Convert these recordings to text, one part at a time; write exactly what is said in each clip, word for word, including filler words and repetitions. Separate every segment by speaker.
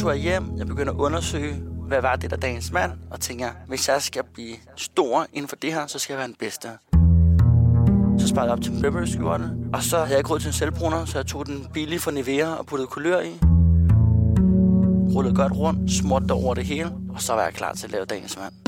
Speaker 1: tog jeg hjem, jeg begyndte at undersøge, hvad var det der dagens mand, og tænker, hvis jeg skal blive stor inden for det her, så skal jeg være den bedste. Så sparede jeg op til Burberry-skjorte, og så havde jeg ikke råd til en selvbruner, så jeg tog den billige fra Nivea og puttede kulør i. Rullede godt rundt, smurte over det hele, og så var jeg klar til at lave dagens mand.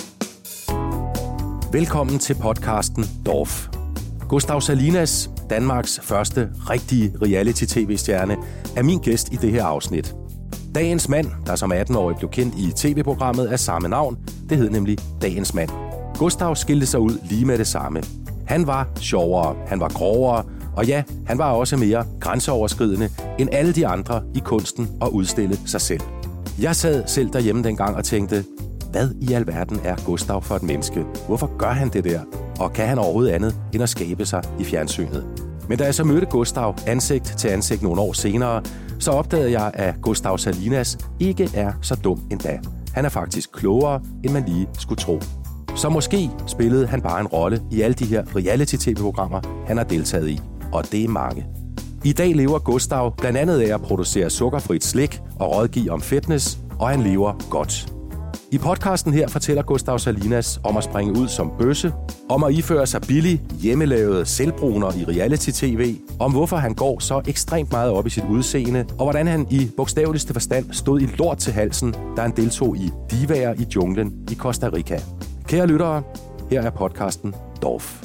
Speaker 2: Velkommen til podcasten Dorf. Gustav Salinas, Danmarks første rigtige reality-tv-stjerne, er min gæst i det her afsnit. Dagens mand, der som atten-årig blev kendt i tv-programmet af samme navn, det hed nemlig Dagens mand. Gustav skilte sig ud lige med det samme. Han var sjovere, han var grovere, og ja, han var også mere grænseoverskridende end alle de andre i kunsten at udstille sig selv. Jeg sad selv derhjemme dengang og tænkte, hvad i alverden er Gustav for et menneske? Hvorfor gør han det der? Og kan han overhovedet andet end at skabe sig i fjernsynet? Men da jeg så mødte Gustav ansigt til ansigt nogle år senere, så opdagede jeg, at Gustav Salinas ikke er så dum endda. Han er faktisk klogere, end man lige skulle tro. Så måske spillede han bare en rolle i alle de her reality-tv-programmer, han har deltaget i. Og det er mange. I dag lever Gustav blandt andet af at producere sukkerfrit slik og rådgive om fitness, og han lever godt. I podcasten her fortæller Gustav Salinas om at springe ud som bøsse, om at iføre sig billig, hjemmelavede selvbruner i reality-tv, om hvorfor han går så ekstremt meget op i sit udseende, og hvordan han i bogstaveligste forstand stod i lort til halsen, da han deltog i Divaer i junglen i Costa Rica. Kære lyttere, her er podcasten Dorf.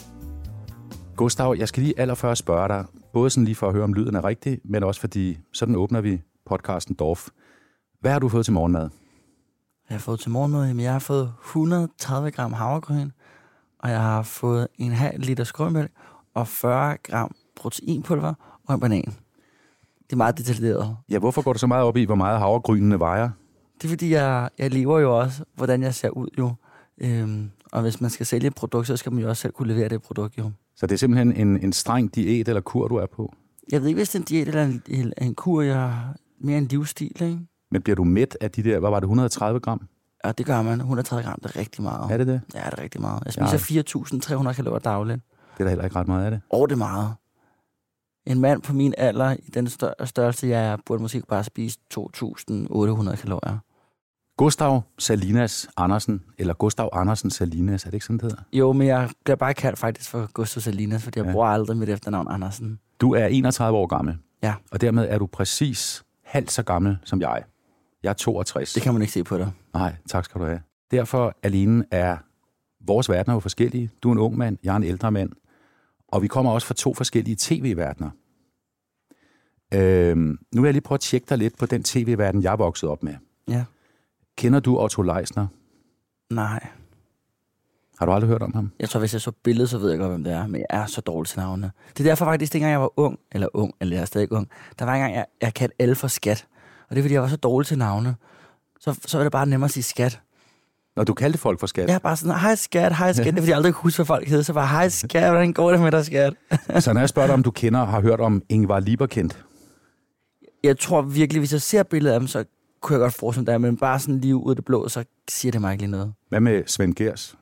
Speaker 2: Gustav, jeg skal lige allerførst spørge dig, både sådan lige for at høre, om lyden er rigtig, men også fordi, sådan åbner vi podcasten Dorf. Hvad har du fået til morgenmad?
Speaker 1: Jeg har fået til morgenmad, men jeg har fået et hundrede og tredive gram havregryn, og jeg har fået en halv liter skrømælk og fyrre gram proteinpulver og en banan. Det er meget detaljeret.
Speaker 2: Ja, hvorfor går du så meget op i, hvor meget havregrynene vejer?
Speaker 1: Det er fordi, jeg, jeg lever jo også, hvordan jeg ser ud jo. Øhm, og hvis man skal sælge et produkt, så skal man jo også selv kunne levere det produkt jo.
Speaker 2: Så det er simpelthen en, en streng diæt eller kur, du er på?
Speaker 1: Jeg ved ikke, hvis det er en diæt eller en, en kur, jeg er mere en livsstil, ikke?
Speaker 2: Men bliver du mæt af de der, hvad var det, et hundrede og tredive gram?
Speaker 1: Ja, det gør man. et hundrede og tredive gram, det er rigtig meget.
Speaker 2: Er det det?
Speaker 1: Ja, det er rigtig meget. Jeg spiser ja. fire tusind tre hundrede kalorier dagligt.
Speaker 2: Det er da heller ikke ret meget af det.
Speaker 1: Og det er meget. En mand på min alder, i den stør- størrelse, jeg er, burde måske bare spise to tusind otte hundrede kalorier.
Speaker 2: Gustav Salinas Andersen, eller Gustav Andersen Salinas, er det ikke sådan, det hedder?
Speaker 1: Jo, men jeg bliver bare kaldt faktisk for Gustav Salinas, fordi jeg ja. bruger aldrig mit efternavn Andersen.
Speaker 2: Du er enogtredive år gammel.
Speaker 1: Ja.
Speaker 2: Og dermed er du præcis halvt så gammel som jeg. Jeg er toogtres.
Speaker 1: Det kan man ikke se på dig.
Speaker 2: Nej, tak skal du have. Derfor alene er vores verdener jo forskellige. Du er en ung mand, jeg er en ældre mand. Og vi kommer også fra to forskellige tv-verdener. Øhm, nu vil jeg lige prøve at tjekke dig lidt på den tv-verden, jeg er vokset op med.
Speaker 1: Ja.
Speaker 2: Kender du Otto Leisner?
Speaker 1: Nej.
Speaker 2: Har du aldrig hørt om ham?
Speaker 1: Jeg tror, hvis jeg så billedet, så ved jeg godt, hvem det er. Men jeg er så dårlig til navnene. Det er derfor faktisk, dengang jeg var ung, eller ung, eller jeg er stadig ung, der var engang, jeg, jeg kaldte alle for skat. Og det er, fordi jeg var så dårlig til navne. Så, så var det bare nemmere at sige skat.
Speaker 2: Når du kaldte folk for skat?
Speaker 1: Ja, bare sådan, hej skat, hej skat. Det er, fordi jeg aldrig kunne huske, hvad folk hed. Så bare, hej skat, hvordan går det med dig, skat?
Speaker 2: Så når jeg spørger dig, om du kender og har hørt om Ingvar Lieberkendt?
Speaker 1: Jeg tror virkelig, hvis jeg ser billedet af dem, så kunne jeg godt forestille mig det, men bare sådan lige ud af det blå, så siger det mig ikke lige noget.
Speaker 2: Hvad med Svend Gehrs?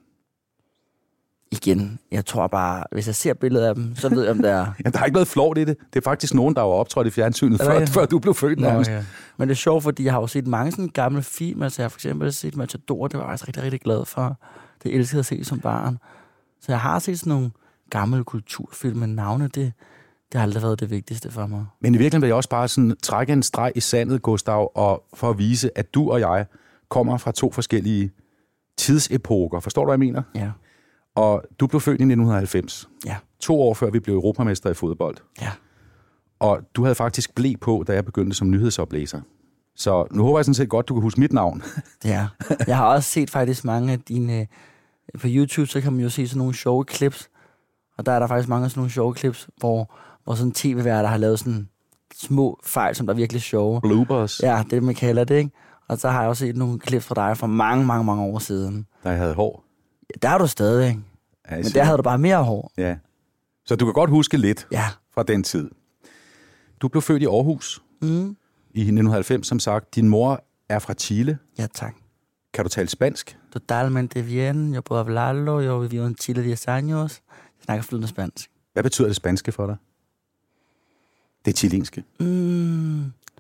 Speaker 1: Igen, jeg tror bare, hvis jeg ser billedet af dem, så ved jeg, om det er...
Speaker 2: Ja, der er ikke noget flot i det. Det er faktisk nogen, der var optrådt i fjernsynet, før, før du blev født nærmest.
Speaker 1: Okay. Men det er sjovt, fordi jeg har jo set mange sådan gamle film. Altså jeg har for eksempel set Matador, det var jeg altså rigtig, rigtig glad for. Det elskede at se som barn. Så jeg har set sådan nogle gamle kulturfilm, men navne, det, det har aldrig været det vigtigste for mig.
Speaker 2: Men i virkeligheden vil jeg også bare sådan trække en streg i sandet, Gustav, og for at vise, at du og jeg kommer fra to forskellige tidsepoker. Forstår du, hvad jeg mener?
Speaker 1: Ja.
Speaker 2: Og du blev født i nitten halvfems.
Speaker 1: Ja.
Speaker 2: To år før vi blev europamester i fodbold.
Speaker 1: Ja.
Speaker 2: Og du havde faktisk ble på, da jeg begyndte som nyhedsoplæser. Så nu håber jeg sådan set godt, du kan huske mit navn.
Speaker 1: Ja. Jeg har også set faktisk mange af dine... På YouTube, så kan man jo se sådan nogle sjove clips. Og der er der faktisk mange af sådan nogle sjove clips, hvor, hvor sådan tv-værter har lavet sådan små fejl, som der er virkelig sjove.
Speaker 2: Bloopers.
Speaker 1: Ja, det er det, man kalder det, ikke? Og så har jeg også set nogle clips fra dig for mange, mange, mange år siden.
Speaker 2: Da jeg havde hår.
Speaker 1: Der er du stadig, ikke? Ja, men der havde du bare mere hår.
Speaker 2: Ja. Så du kan godt huske lidt
Speaker 1: ja.
Speaker 2: fra den tid. Du blev født i Aarhus
Speaker 1: mm.
Speaker 2: i nitten halvfems, som sagt. Din mor er fra Chile.
Speaker 1: Ja, tak.
Speaker 2: Kan du tale spansk?
Speaker 1: Totalmente bien. Yo puedo hablarlo. Yo viví en Chile ti años. Jeg snakker flydende spansk.
Speaker 2: Hvad betyder det spanske for dig? Det chilenske?
Speaker 1: Mm.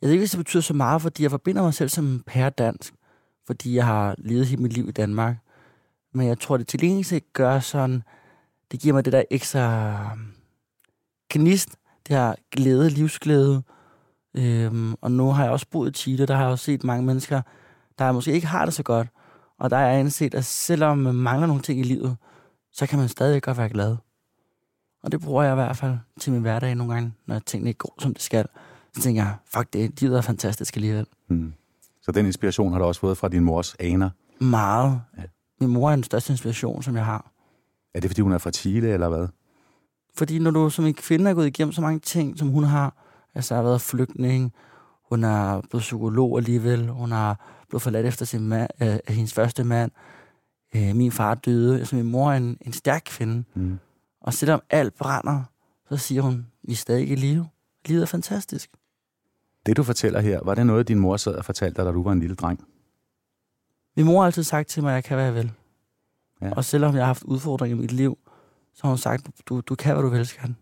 Speaker 1: Jeg ved ikke, hvis det betyder så meget, fordi jeg forbinder mig selv som pæredansk, fordi jeg har levet hele mit liv i Danmark. Men jeg tror, det til gengæld gør sådan, det giver mig det der ekstra gnist, det her glæde, livsglæde. Øhm, og nu har jeg også boet i Chile, der har jeg også set mange mennesker, der måske ikke har det så godt. Og der har jeg indset, at selvom man mangler nogle ting i livet, så kan man stadig godt være glad. Og det bruger jeg i hvert fald til min hverdag nogle gange, når tingene ikke går, som det skal. Så tænker jeg, fuck det, livet er fantastisk alligevel.
Speaker 2: Hmm. Så den inspiration har du også fået fra din mors aner?
Speaker 1: Meget. Ja. Min mor er den største inspiration, som jeg har.
Speaker 2: Er det, fordi hun er fra Chile, eller hvad?
Speaker 1: Fordi når du som en kvinde er gået igennem så mange ting, som hun har, altså har været flygtning, hun er blevet psykolog alligevel, hun er blevet forladt efter sin mand, øh, hendes første mand, øh, min far døde, altså min mor er en, en stærk kvinde. Mm. Og selvom alt brænder, så siger hun, vi er stadig i live. Livet er fantastisk.
Speaker 2: Det du fortæller her, var det noget, din mor sad og fortalte dig, da du var en lille dreng?
Speaker 1: Min mor har altid sagt til mig, at jeg kan, hvad jeg vil. Ja. Og selvom jeg har haft udfordringer i mit liv, så har hun sagt, du, du kan, hvad du vil, skal.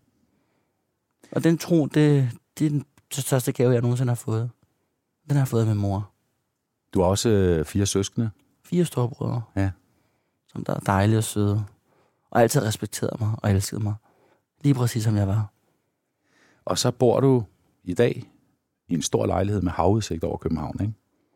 Speaker 1: Og den tro, det, det er den største gave, jeg nogensinde har fået. Den har jeg fået af min mor.
Speaker 2: Du har også øh, fire søskende?
Speaker 1: Fire storebrødre.
Speaker 2: Ja.
Speaker 1: Som der er dejlige og søde. Og altid respekteret mig og elsket mig. Lige præcis som jeg var.
Speaker 2: Og så bor du i dag i en stor lejlighed med havudsigt over København, ikke?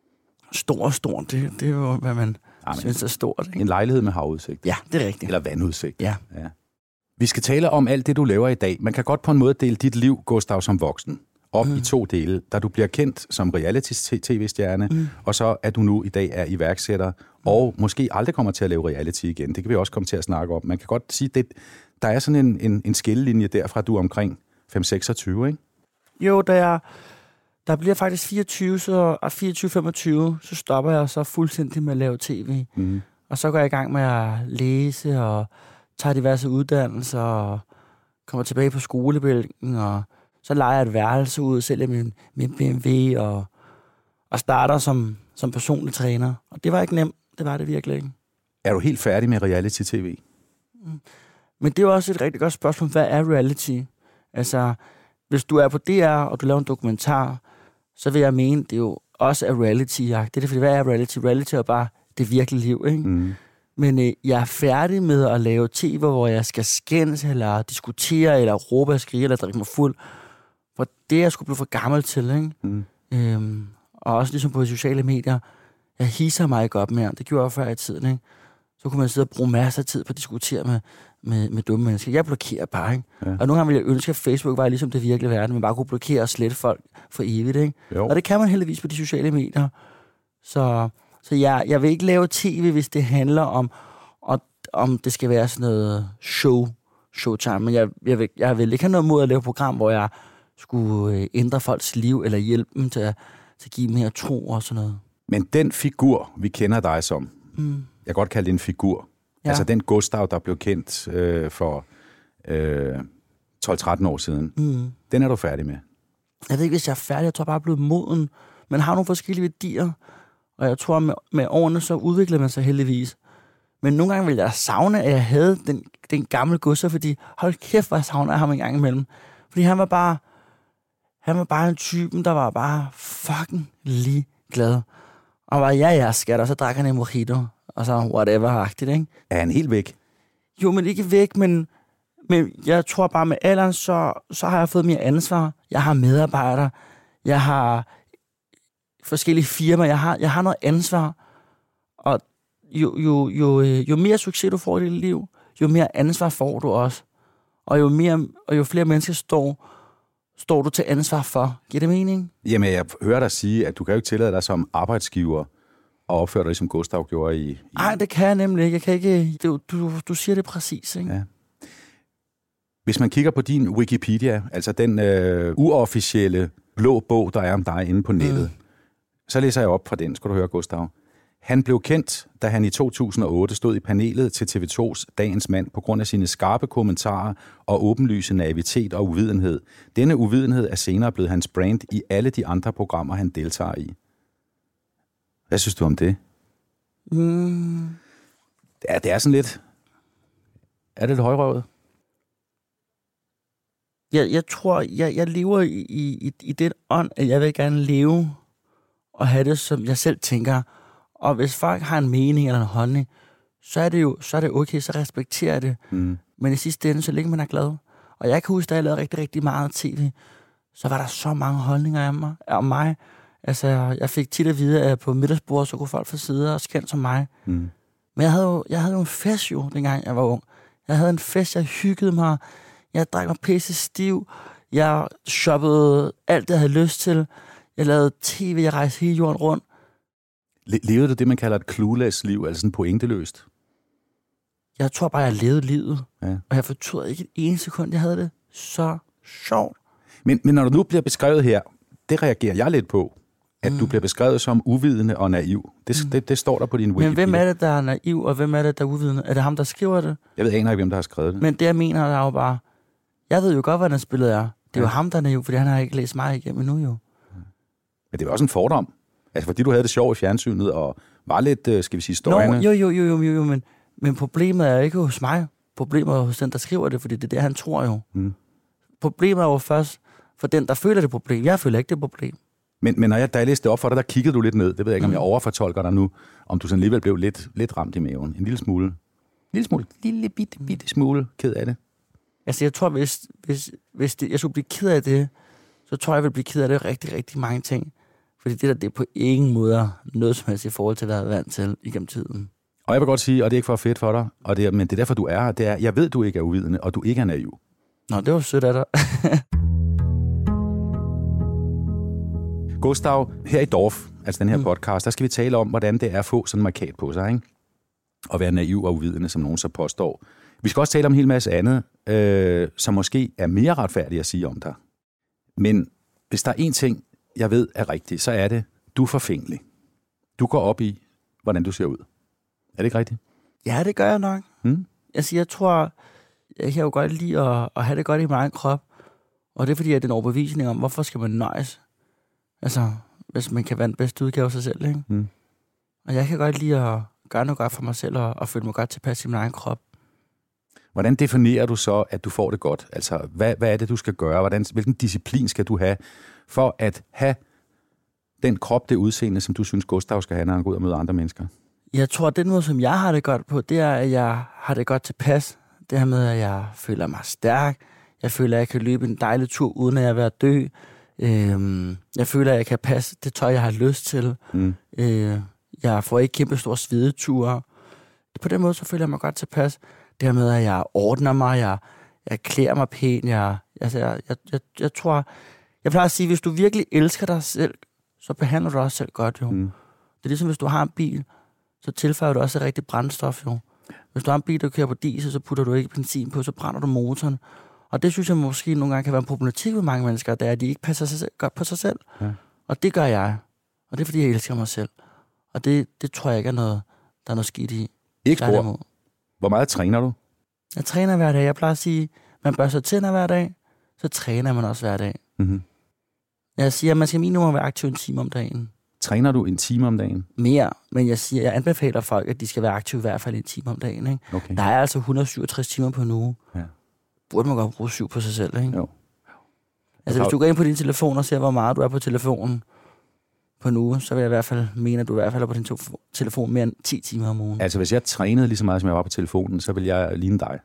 Speaker 1: Stor, stor, det, det er jo, hvad man ja, synes er stort, ikke?
Speaker 2: En lejlighed med havudsigt.
Speaker 1: Ja, det er rigtigt.
Speaker 2: Eller vandudsigt.
Speaker 1: Ja.
Speaker 2: Ja. Vi skal tale om alt det, du laver i dag. Man kan godt på en måde dele dit liv, Gustav, som voksen, op mm. i to dele, da du bliver kendt som reality-tv-stjerne, mm. og så at du nu i dag er iværksætter, og måske aldrig kommer til at lave reality igen. Det kan vi også komme til at snakke om. Man kan godt sige, at der er sådan en, en, en skillelinje derfra, du er omkring fem seksogtyve, ikke?
Speaker 1: Jo, da jeg, der bliver faktisk fireogtyve, så, og fireogtyve femogtyve, så stopper jeg så fuldstændig med at lave tv. Mm. Og så går jeg i gang med at læse, og tager diverse uddannelser, og kommer tilbage på skolebænken, og så leger jeg et værelse ud, sælger min, min B M W, og, og starter som, som personlig træner. Og det var ikke nemt, det var det virkelig ikke.
Speaker 2: Er du helt færdig med reality-tv?
Speaker 1: Mm. Men det er også et rigtig godt spørgsmål. Hvad er reality? Altså, hvis du er på D R, og du laver en dokumentar, så vil jeg mene, det er jo også er reality-jagt. Det er det, fordi hvad er reality? Reality er bare det virkelige liv, ikke? Mm. Men øh, jeg er færdig med at lave tv, hvor jeg skal skændes, eller diskutere, eller råbe og skrige, eller drikke mig fuld. For det er jeg skulle blive for gammel til, ikke? Mm. Øhm, og også ligesom på sociale medier, jeg hisser mig ikke op mere. Det gjorde jeg før i tiden, ikke? Så kunne man sidde og bruge masser af tid på at diskutere med, med, med dumme mennesker. Jeg blokerer bare, ikke? Ja. Og nogle gange ville jeg ønske, at Facebook var ligesom det virkelige verden, man bare kunne blokere og slette folk for evigt, ikke? Jo. Og det kan man heldigvis på de sociale medier. Så, så jeg, jeg vil ikke lave tv, hvis det handler om, og, om det skal være sådan noget show, showtime. Men jeg, jeg, vil, jeg vil ikke have noget mod at lave et program, hvor jeg skulle ændre folks liv, eller hjælpe dem til at, til at give mere tro og sådan noget.
Speaker 2: Men den figur, vi kender dig som, mm. jeg kan godt kalde det en figur, ja. Altså den Gustav, der blev kendt øh, for øh, tolv tretten år siden, mm. den er du færdig med?
Speaker 1: Jeg ved ikke, hvis jeg er færdig. Jeg tror bare, jeg er blevet moden. Man har nogle forskellige værdier, og jeg tror, med, med årene, så udvikler man sig heldigvis. Men nogle gange vil jeg savne, at jeg havde den, den gamle Gustav, fordi hold kæft, hvor jeg savner ham en gang imellem. Fordi han var bare, han var bare en typen, der var bare fucking ligeglad. Og var ja, ja, skat, og så drak han en mojito, og så whatever-agtigt, ikke?
Speaker 2: Er han helt væk?
Speaker 1: Jo, men ikke væk, men, men jeg tror bare med alderen, så, så har jeg fået mere ansvar. Jeg har medarbejdere, jeg har forskellige firmaer, jeg har, jeg har noget ansvar. Og jo, jo, jo, jo mere succes du får i dit liv, jo mere ansvar får du også. Og jo, mere, og jo flere mennesker står, står du til ansvar for. Giver det mening?
Speaker 2: Jamen, jeg hører dig sige, at du kan jo ikke tillade dig som arbejdsgiver og opføre dig, som Gustav gjorde i...
Speaker 1: Nej, i... det kan jeg nemlig ikke. Jeg kan ikke... Du, du, du siger det præcis, ikke?
Speaker 2: Ja. Hvis man kigger på din Wikipedia, altså den øh, uofficielle blå bog, der er om dig inde på nettet, mm. så læser jeg op fra den. Skal du høre, Gustav? Han blev kendt, da han i to tusind og otte stod i panelet til T V to's Dagens Mand på grund af sine skarpe kommentarer og åbenlyse naivitet og uvidenhed. Denne uvidenhed er senere blevet hans brand i alle de andre programmer, han deltager i. Hvad synes du om det?
Speaker 1: Mm.
Speaker 2: Ja, det er sådan lidt... Er det lidt højrøvet?
Speaker 1: Jeg, jeg tror, jeg, jeg lever i, i, i den ånd, at jeg vil gerne leve og have det, som jeg selv tænker. Og hvis folk har en mening eller en holdning, så er det jo så er det okay, så respekterer jeg det. Mm. Men i sidste ende, så længe man er glad. Og jeg kan huske, da jeg lavede rigtig, rigtig meget tv, så var der så mange holdninger af mig, af mig. Altså, jeg fik tit at vide, at på middagsbordet, så kunne folk få sidde og skænde som mig. Mm. Men jeg havde, jo, jeg havde jo en fest jo, dengang jeg var ung. Jeg havde en fest, jeg hyggede mig. Jeg drak mig pisse stiv. Jeg shoppede alt, det jeg havde lyst til. Jeg lavede tv, jeg rejste hele jorden rundt.
Speaker 2: Le- levede du det, man kalder et clueless liv, altså sådan pointeløst?
Speaker 1: Jeg tror bare, jeg levede livet.
Speaker 2: Ja.
Speaker 1: Og jeg fortrød ikke et eneste sekund. Jeg havde det så sjovt.
Speaker 2: Men, men når du nu bliver beskrevet her, det reagerer jeg lidt på, at mm. du bliver beskrevet som uvidende og naiv. Det, mm. det, det står der på din Wikipedia.
Speaker 1: Men hvem er det, der er naiv, og hvem er det, der er uvidende? Er det ham, der skriver det?
Speaker 2: Jeg ved aner ikke, hvem der har skrevet det.
Speaker 1: Men det, jeg mener, er jo bare... Jeg ved jo godt, hvordan spillet er. Det er ja. jo ham, der er naiv, fordi han har ikke læst mig igennem endnu jo.
Speaker 2: Men det er jo også en fordom. Altså, fordi du havde det sjovt i fjernsynet, og var lidt, skal vi sige, støjende.
Speaker 1: Nå, jo, jo, jo, jo, jo, jo, men, men problemet er ikke hos mig. Problemet er hos den, der skriver det, fordi det er det, han tror jo. Mm. Problemet er jo først for den, der føler det problem. Jeg føler ikke det problem.
Speaker 2: Men, men når jeg, da jeg læste det op for dig, der kiggede du lidt ned. Det ved jeg ikke, om jeg overfortolker dig nu. Om du sådan alligevel blev lidt, lidt ramt i maven. En lille smule. En lille smule. Lille bitte, bitte smule ked af det.
Speaker 1: Altså, jeg tror, hvis, hvis, hvis det, jeg skulle blive ked af det, så tror jeg, jeg vil blive ked af det rigtig, rigtig mange ting. Fordi det der, det er på ingen måde noget som helst i forhold til, hvad jeg har været vant til igennem tiden.
Speaker 2: Og jeg vil godt sige, og det er ikke for fedt for dig, og det er, men det er derfor, du er her, det er, jeg ved, du ikke er uvidende, og du ikke er naiv.
Speaker 1: Nå, det var sødt af dig.
Speaker 2: Gustav, her i Dorf, altså den her mm. podcast, der skal vi tale om, hvordan det er at få sådan en markat på sig, ikke? Og være naiv og uvidende, som nogen så påstår. Vi skal også tale om en hel masse andet, øh, som måske er mere retfærdigt at sige om dig. Men hvis der er én ting, jeg ved er rigtigt, så er det, du er forfængelig. Du går op i, hvordan du ser ud. Er det ikke rigtigt?
Speaker 1: Ja, det gør jeg nok. Hmm? Altså, jeg tror, jeg kan jo godt lide at, at have det godt i min egen krop. Og det er fordi, at det er en overbevisning om, hvorfor skal man nøjes? Altså, hvis man kan være den bedste udgave af sig selv, ikke? Hmm. Og jeg kan godt lide at gøre noget godt for mig selv, og, og føle mig godt tilpas i min egen krop.
Speaker 2: Hvordan definerer du så, at du får det godt? Altså, hvad, hvad er det, du skal gøre? Hvordan, hvilken disciplin skal du have, for at have den krop, det udseende, som du synes, Gustav skal have, når han går ud og møder andre mennesker? Jeg
Speaker 1: tror, at den måde, som jeg har det godt på, det er, at jeg har det godt tilpas. Det her med, at jeg føler mig stærk. Jeg føler, at jeg kan løbe en dejlig tur, uden at jeg er ved at dø. Øhm, jeg føler, at jeg kan passe det tøj, jeg har lyst til. Mm. Øh, jeg får ikke kæmpe store svedeture. På den måde, så føler jeg mig godt tilpas. Det her med, at jeg ordner mig, jeg, jeg klæder mig pænt. Jeg, altså, jeg, jeg, jeg, jeg tror... Jeg plejer at sige, hvis du virkelig elsker dig selv, så behandler du dig også selv godt, jo. Mm. Det er ligesom, hvis du har en bil, så tilføjer du også et rigtigt brændstof, jo. Hvis du har en bil, der kører på diesel, så putter du ikke benzin på, så brænder du motoren. Og det synes jeg måske nogle gange kan være en problematik ved mange mennesker, det er, at de ikke passer sig selv, godt på sig selv. Ja. Og det gør jeg. Og det er, fordi jeg elsker mig selv. Og det, det tror jeg ikke er noget, der er noget skidt i.
Speaker 2: Ikke spor. Hvor meget træner du?
Speaker 1: Jeg træner hver dag. Jeg plejer at sige, man børster tænder hver dag, så træner man også hver dag. Mm-hmm. Jeg siger, at man skal minimum være aktiv en time om dagen.
Speaker 2: Træner du en time om dagen?
Speaker 1: Mere, men jeg siger, jeg anbefaler folk, at de skal være aktive i hvert fald en time om dagen. Ikke? Okay. Der er altså et hundrede og syvogtres timer på en uge. Ja. Burde man godt bruge syv på sig selv, ikke? Jo. Altså, hvis du går ind på din telefon og ser, hvor meget du er på telefonen på en uge, så vil jeg i hvert fald mene, at du i hvert fald er på din telefon mere end ti timer om ugen.
Speaker 2: Altså, hvis jeg trænede lige så meget, som jeg var på telefonen, så vil jeg ligne dig.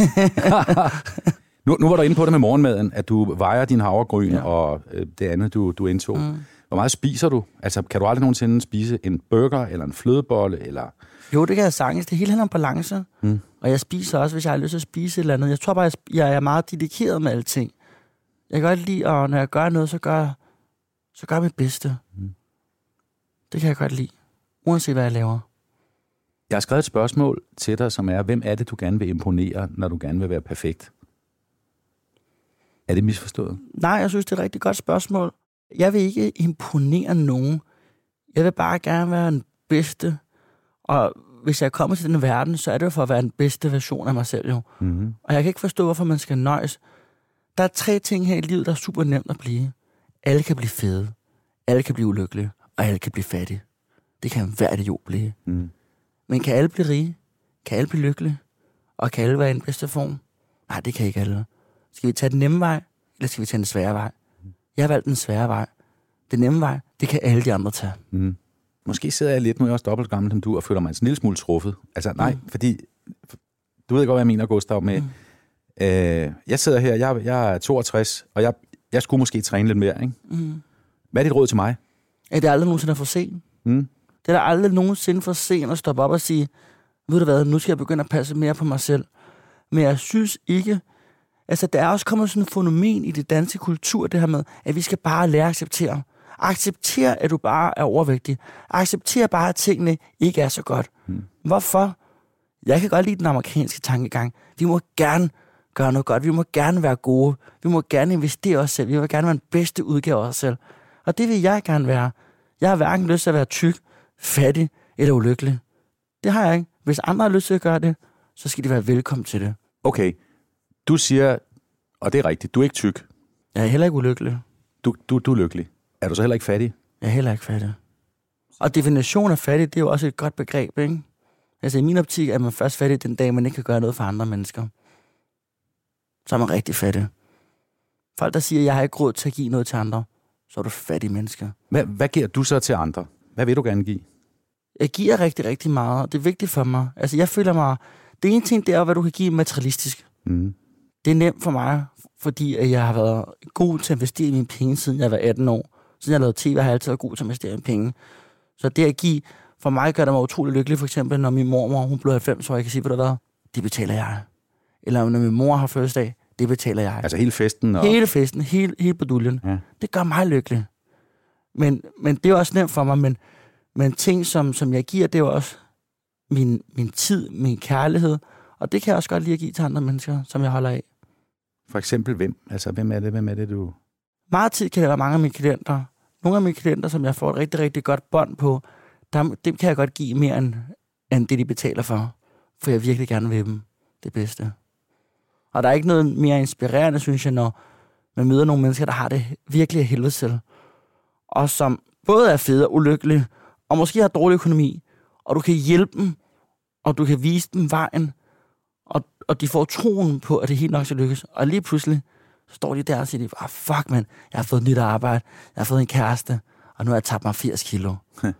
Speaker 2: nu, nu var du inde på det med morgenmaden, at du vejer din havregryn ja. og øh, det andet, du, du indtog. Mm. Hvor meget spiser du? Altså, kan du aldrig nogensinde spise en burger eller en flødebolle? Eller...
Speaker 1: Jo, det kan jeg sagtens. Det hele handler om balance. Mm. Og jeg spiser også, hvis jeg har lyst til at spise et eller andet. Jeg tror bare, jeg er meget dedikeret med alting. Jeg kan godt lide, og når jeg gør noget, så gør, så gør jeg mit bedste. Mm. Det kan jeg godt lide. Uanset hvad jeg laver.
Speaker 2: Jeg har skrevet et spørgsmål til dig, som er, hvem er det, du gerne vil imponere, når du gerne vil være perfekt? Er det misforstået?
Speaker 1: Nej, jeg synes, det er et rigtig godt spørgsmål. Jeg vil ikke imponere nogen. Jeg vil bare gerne være den bedste. Og hvis jeg kommer til den verden, så er det jo for at være den bedste version af mig selv, jo. Mm-hmm. Og jeg kan ikke forstå, hvorfor man skal nøjes. Der er tre ting her i livet, der er super nemt at blive. Alle kan blive fede. Alle kan blive ulykkelige. Og alle kan blive fattige. Det kan hver idiot blive. Mm. Men kan alle blive rige? Kan alle blive lykkelige? Og kan alle være i den bedste form? Nej, det kan ikke alle. Skal vi tage den nemme vej? eller skal vi tage den svære vej? Jeg har valgt den svære vej. Den nemme vej, det kan alle de andre tage.
Speaker 2: Mm. Måske sidder jeg lidt, nu er jeg også dobbelt gammel som du, og føler mig en lille smule truffet. Altså nej, mm. fordi, du ved godt, hvad jeg mener, Gustav, med, mm. øh, jeg sidder her, jeg, jeg er toogtres, og jeg, jeg skulle måske træne lidt mere, ikke? Mm. Hvad er dit råd til mig?
Speaker 1: Ja, det er aldrig nogensinde for sent.
Speaker 2: Mm.
Speaker 1: Det er aldrig nogensinde for sent at stoppe op og sige, ved du hvad, nu skal jeg begynde at passe mere på mig selv. Men jeg synes ikke, altså der er også kommet sådan et fænomen i det danske kultur, det her med, at vi skal bare lære at acceptere. Acceptere, at du bare er overvægtig. Acceptere bare, at tingene ikke er så godt. Mm. Hvorfor? Jeg kan godt lide den amerikanske tankegang. Vi må gerne gøre noget godt. Vi må gerne være gode. Vi må gerne investere os selv. Vi må gerne være den bedste udgave af os selv. Og det vil jeg gerne være. Jeg har hverken lyst til at være tyk, fattig eller ulykkelig. Det har jeg ikke. Hvis andre har lyst til at gøre det, så skal de være velkommen til det.
Speaker 2: Okay. Du siger, og det er rigtigt, du er ikke tyk.
Speaker 1: Jeg er heller ikke ulykkelig.
Speaker 2: Du, du, du er lykkelig. Er du så heller ikke fattig?
Speaker 1: Jeg er heller ikke fattig. Og definition af fattig, det er jo også et godt begreb, ikke? Altså i min optik er man først fattig den dag, man ikke kan gøre noget for andre mennesker. Så er man rigtig fattig. Folk, der siger, jeg har ikke råd til at give noget til andre, så er du fattig menneske.
Speaker 2: Hvad, hvad giver du så til andre? Hvad vil du gerne give?
Speaker 1: Jeg giver rigtig, rigtig meget, og det er vigtigt for mig. Altså jeg føler mig... Det ene ting, det er, hvad du kan give materialistisk. Mm. Det er nemt for mig, fordi at jeg har været god til at investere i mine penge, siden jeg var atten år. Siden jeg lavede tv, har jeg altid været god til at investere i penge. Så det at give, for mig gør det mig utrolig lykkelig, for eksempel, når min mormor, hun blev halvfems, så jeg kan sige, hvad der hvad, det betaler jeg. Eller når min mor har fødselsdag, det betaler jeg.
Speaker 2: Altså hele festen? Og...
Speaker 1: Hele festen, hele, hele baduljen. Ja. Det gør mig lykkelig. Men, men det er også nemt for mig, men, men ting, som, som jeg giver, det er også min, min tid, min kærlighed, og det kan jeg også godt lide at give til andre mennesker, som jeg holder af.
Speaker 2: For eksempel hvem? Altså, hvem er det, hvem er det du...
Speaker 1: Meget tid kan det være mange af mine klienter. Nogle af mine klienter, som jeg får et rigtig, rigtig godt bånd på, dem, dem kan jeg godt give mere end, end det, de betaler for. For jeg virkelig gerne vil dem det bedste. Og der er ikke noget mere inspirerende, synes jeg, når man møder nogle mennesker, der har det virkelig af helvede til. Og som både er fede og ulykkelige, og måske har dårlig økonomi, og du kan hjælpe dem, og du kan vise dem vejen, og, og de får troen på, at det helt nok skal lykkes. Og lige pludselig, så står de der og siger, ah, fuck man, jeg har fået et nyt arbejde, jeg har fået en kæreste, og nu har jeg tabt mig firs kilo.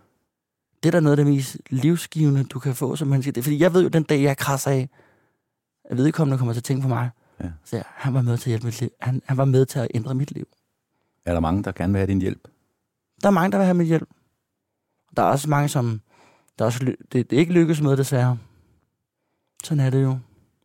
Speaker 1: Det er da noget af det mest livsgivende, du kan få som menneske. Det er, fordi jeg ved jo, den dag jeg krasser af, at vedkommende kommer til at tænke på mig. Ja. Så jeg, han var med til at hjælpe mit liv. Han, han var med til at ændre mit liv.
Speaker 2: Er der mange, der gerne vil have din hjælp?
Speaker 1: Der er mange, der vil have min hjælp. Der er også mange, som der også, det, det ikke lykkes med, desværre. Sådan er det jo.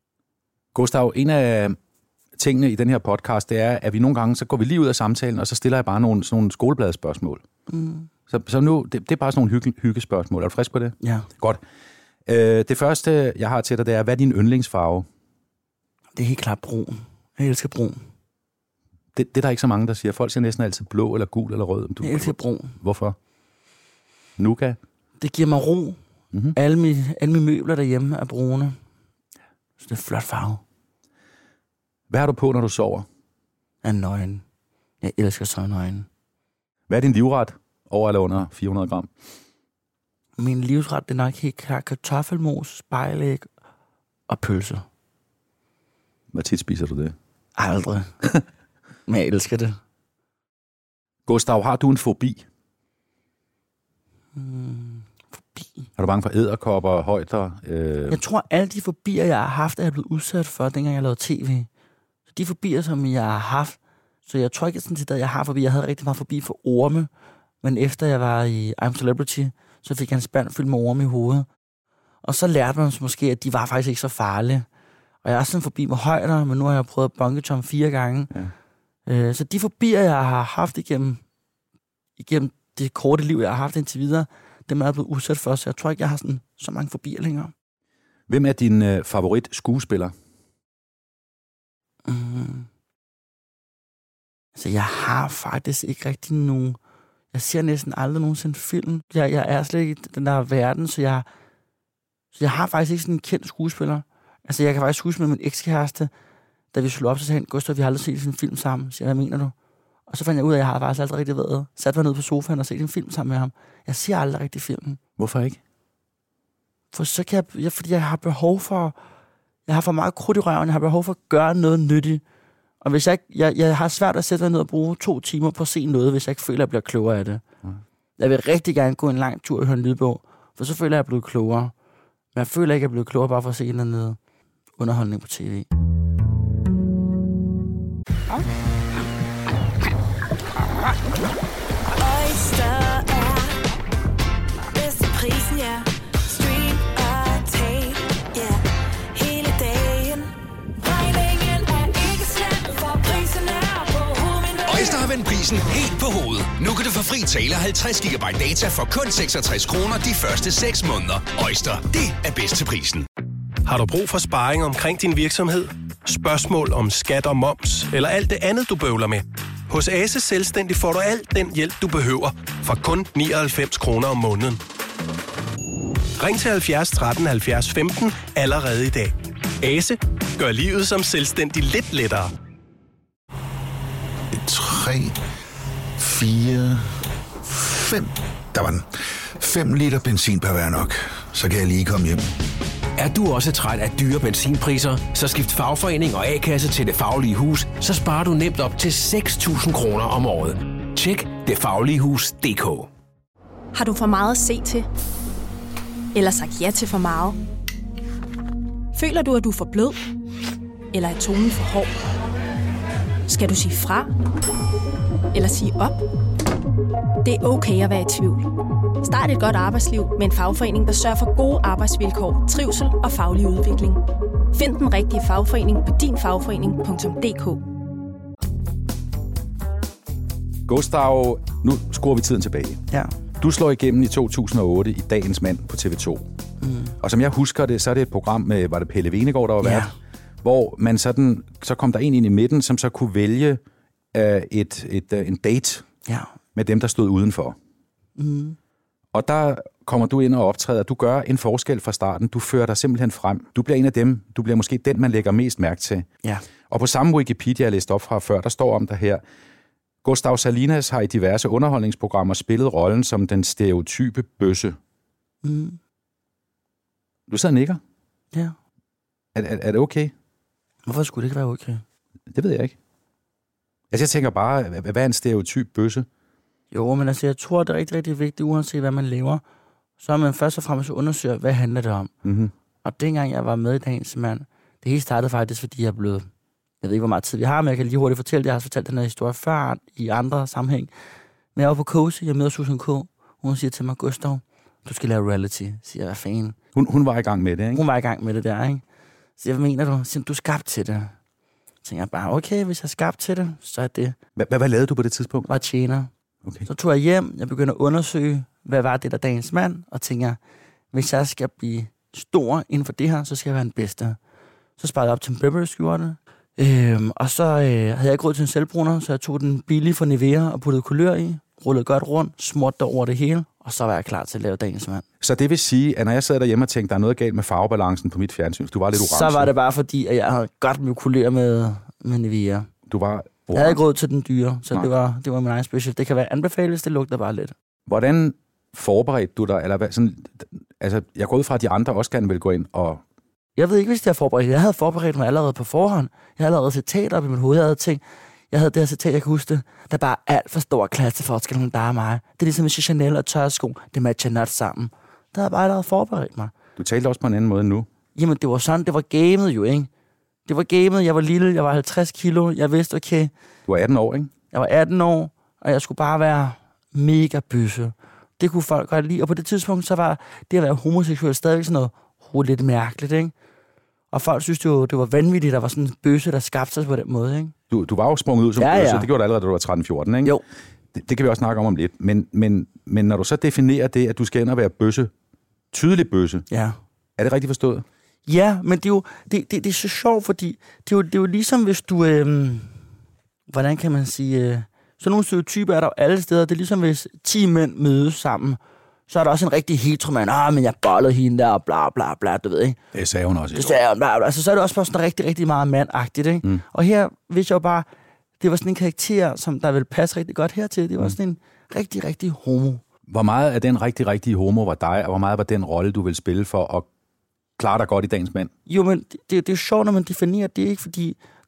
Speaker 2: Gustav, en af tingene i den her podcast, det er, at vi nogle gange, så går vi lige ud af samtalen, og så stiller jeg bare nogle, sådan nogle skolebladspørgsmål. Mm. Så, så nu, det, det er bare sådan nogle hygge, hyggespørgsmål. Er du frisk på det?
Speaker 1: Ja.
Speaker 2: Godt. Øh, det første, jeg har til dig, det er, hvad er din yndlingsfarve?
Speaker 1: Det er helt klart brun. Jeg elsker brun.
Speaker 2: Det, det er der ikke så mange, der siger. Folk siger næsten altid blå, eller gul, eller rød.
Speaker 1: Du, jeg elsker brun.
Speaker 2: Hvorfor? Nuka?
Speaker 1: Det giver mig ro. Mm-hmm. Alle, mine, alle mine møbler derhjemme er brune. Så det er flot farve.
Speaker 2: Hvad har du på, når du sover?
Speaker 1: Jeg er nøgen. Jeg elsker så nøgen.
Speaker 2: Hvad er din livret? Over eller under fire hundrede gram?
Speaker 1: Min livsret, det er nok helt klart kartoffelmos, spejlæg og pølse.
Speaker 2: Hvor tit spiser du det?
Speaker 1: Aldrig. Men jeg elsker det.
Speaker 2: Gustav, har du en fobi?
Speaker 1: Hmm, fobi?
Speaker 2: Er du bange for edderkopper, højder? Øh...
Speaker 1: Jeg tror, alle de fobier, jeg har haft, er jeg blevet udsat for, dengang jeg lavede tv. Så de fobier, som jeg har haft, så jeg tror ikke sådan set, at jeg har fobi. Jeg havde rigtig meget fobi for orme, men efter jeg var i I'm Celebrity, så fik jeg en spand fyldt med orme i hovedet. Og så lærte man måske, at de var faktisk ikke så farlige. Og jeg er sådan forbi med højder, men nu har jeg prøvet at bungeejump fire gange. Ja. Øh, så de fobier, jeg har haft igennem, igennem det korte liv, jeg har haft indtil videre, dem er jeg blevet udsat for, så jeg tror ikke, jeg har sådan, så mange fobier længere.
Speaker 2: Hvem er din øh, favorit skuespiller?
Speaker 1: Mm. Altså, jeg har faktisk ikke rigtig nogen... Jeg ser næsten aldrig nogensinde film. Jeg, jeg er slet ikke i den der verden, så jeg, så jeg har faktisk ikke sådan en kendt skuespiller. Altså, jeg kan faktisk huske med min ekskæreste, da vi skulle op, så sagde han, Gustav, vi har aldrig set sådan en film sammen. Så jeg, hvad mener du? Og så fandt jeg ud af, at jeg har faktisk aldrig rigtig været sat mig ned på sofaen og set en film sammen med ham. Jeg ser aldrig rigtig filmen.
Speaker 2: Hvorfor ikke?
Speaker 1: For så kan jeg, fordi jeg har behov for, jeg har for meget krudt i røven, jeg har behov for at gøre noget nyttigt. Og hvis jeg, jeg, jeg har svært at sætte mig ned og bruge to timer på at se noget, hvis jeg ikke føler, at jeg bliver klogere af det. Mm. Jeg vil rigtig gerne gå en lang tur og høre en lydbog, for så føler jeg, at jeg er blevet klogere. Men jeg føler ikke, at jeg er blevet klogere bare for at se en eller anden underholdning på tv.
Speaker 3: Oyster er bedst til prisen, ja. Stream og tag, ja. Hele dagen. Regningen er ikke slem, for prisen er på hovedet.
Speaker 4: Oyster har vendt prisen helt på hovedet. Nu kan du få fri tale halvtreds gigabyte data for kun seksogtres kroner de første seks måneder. Oyster, det er bedst til prisen.
Speaker 5: Har du brug for sparring omkring din virksomhed? Spørgsmål om skat og moms, eller alt det andet, du bøvler med? Hos Ase Selvstændig får du alt den hjælp, du behøver, for kun nioghalvfems kroner om måneden. Ring til halvfjerds tretten halvfjerds femten allerede i dag. Ase gør livet som selvstændig lidt lettere.
Speaker 6: tre, fire, fem. Der var den. fem liter benzin per hver nok. Så kan jeg lige komme hjem.
Speaker 7: Er du også træt af dyre benzinpriser, så skift fagforening og A-kasse til Det Faglige Hus, så sparer du nemt op til seks tusind kroner om året. Tjek det faglige hus punktum d k.
Speaker 8: Har du for meget at se til? Eller sagt ja til for meget? Føler du, at du er for blød? Eller er tonen for hård? Skal du sige fra? Eller sige op? Det er okay at være i tvivl. Start et godt arbejdsliv med en fagforening, der sørger for gode arbejdsvilkår, trivsel og faglig udvikling. Find den rigtige fagforening på din fagforening punktum d k.
Speaker 2: Gustav, nu skruer vi tiden tilbage.
Speaker 1: Ja.
Speaker 2: Du slår igennem i to tusind og otte i Dagens Mand på T V to. Mm. Og som jeg husker det, så er det et program med, var det Pelle Venegård, der var vært, ja. Hvor man sådan, så kom der en ind i midten, som så kunne vælge uh, et, et, uh, en date
Speaker 1: ja.
Speaker 2: med dem, der stod udenfor. Mm. Og der kommer du ind og optræder. Du gør en forskel fra starten. Du fører dig simpelthen frem. Du bliver en af dem. Du bliver måske den, man lægger mest mærke til.
Speaker 1: Ja.
Speaker 2: Og på samme Wikipedia, jeg læste op fra før, der står om dig her. Gustav Salinas har i diverse underholdningsprogrammer spillet rollen som den stereotype bøsse. Mm. Du sidder og nikker.
Speaker 1: Ja.
Speaker 2: Er, er, er det okay?
Speaker 1: Hvorfor skulle det ikke være okay?
Speaker 2: Det ved jeg ikke. Altså, jeg tænker bare, hvad er en stereotyp bøsse?
Speaker 1: Jo, men altså, jeg tror, det er rigtig, rigtig vigtigt, uanset hvad man laver, så er man først og fremmest undersøger, hvad handler det om. Mm-hmm. Og dengang jeg var med i Dagens Mand, det hele startede faktisk, fordi jeg blev, jeg ved ikke, hvor meget tid vi har, men jeg kan lige hurtigt fortælle det. Jeg har fortalt den her historie før i andre sammenhæng. Men jeg var på Cozy, jeg møder Susan K. Hun siger til mig, Gustav, du skal lave reality. Siger jeg, hvad fanden?
Speaker 2: Hun, hun var i gang med det, ikke?
Speaker 1: Hun var i gang med det der, ikke? Så jeg, hvad mener du? Siger, du er skabt til det. Så tænker jeg bare, okay, hvis jeg er skabt til det, så er det.
Speaker 2: Hvad, hvad lavede du på det tidspunkt?
Speaker 1: Var tjener.
Speaker 2: Okay.
Speaker 1: Så tog jeg hjem, jeg begyndte at undersøge, hvad var det der Dagens Mand, og tænker, hvis jeg skal blive stor inden for det her, så skal jeg være den bedste. Så sparede jeg op til en Burberry-skjorte, øhm, og så øh, havde jeg ikke råd til en selvbruner, så jeg tog den billige fra Nivea og puttede kulør i, rullede godt rundt, smurte der over det hele, og så var jeg klar til at lave Dagens Mand. Så
Speaker 2: det vil sige, at når jeg sad derhjemme og tænkte, der er noget galt med farvebalancen på mit fjernsyn, du var lidt orange.
Speaker 1: Så var det bare fordi, at jeg havde godt med kulør med, med Nivea.
Speaker 2: Du var
Speaker 1: jeg havde ikke råd til den dyre, så det var, det var min egen special. Det kan være anbefales, det lugter bare lidt.
Speaker 2: Hvordan forberedte du dig? Eller hvad, sådan, altså, jeg går ud fra, at de andre også gerne vil gå ind og...
Speaker 1: Jeg ved ikke, hvis jeg havde forberedt. Jeg havde forberedt mig allerede på forhånd. Jeg havde allerede citat op i mit hoved. Jeg havde tænkt, jeg havde det her citat, jeg kan huske det. Der er bare alt for stor klasseforskel mellem dig og mig. Det er ligesom hvis Chanel og tørsko, det matcher not sammen. Der havde jeg bare allerede forberedt mig.
Speaker 2: Du talte også på en anden måde nu.
Speaker 1: Jamen, det var sådan, det var gamet jo, ikke? Det var gamet, jeg var lille, jeg var halvtreds kilo, jeg vidste, okay...
Speaker 2: Du var atten år, ikke?
Speaker 1: Jeg var atten år, og jeg skulle bare være mega bøsse. Det kunne folk godt lide, og på det tidspunkt, så var det at være homoseksuel stadigvæk sådan noget oh, lidt mærkeligt, ikke? Og folk synes jo, det var vanvittigt, at der var sådan en bøsse, der skabte sig på den måde, ikke?
Speaker 2: Du, du var jo sprunget ud som
Speaker 1: ja,
Speaker 2: bøsse,
Speaker 1: ja.
Speaker 2: Det gjorde du allerede, da du var tretten fjorten, ikke?
Speaker 1: Jo.
Speaker 2: Det, det kan vi også snakke om om lidt, men, men, men når du så definerer det, at du skal ind og være bøsse, tydelig bøsse,
Speaker 1: ja. Er
Speaker 2: det rigtigt forstået?
Speaker 1: Ja, men det er jo det, det, det er så sjovt, fordi det er, jo, det er jo ligesom, hvis du... Øhm, hvordan kan man sige... Øh, sådan nogle stereotyper er der jo alle steder. Det er ligesom, hvis ti mænd mødes sammen, så er der også en rigtig heteromand. Ah, men jeg bollede hende der, og bla bla bla, du ved, ikke?
Speaker 2: Det sagde hun også.
Speaker 1: Det sagde hun, bla bla. Altså, så er det også bare sådan rigtig, rigtig meget mandagtigt, ikke? Mm. Og her vidste jeg jo bare, det var sådan en karakter, som der ville passe rigtig godt hertil. Det var mm. sådan en rigtig, rigtig homo.
Speaker 2: Hvor meget af den rigtig, rigtig homo var dig, og hvor meget var den rolle, du ville spille for at klare dig godt i Dagens Mand?
Speaker 1: Jo, men det, det, det er jo sjovt, når man definerer det, ikke? Fordi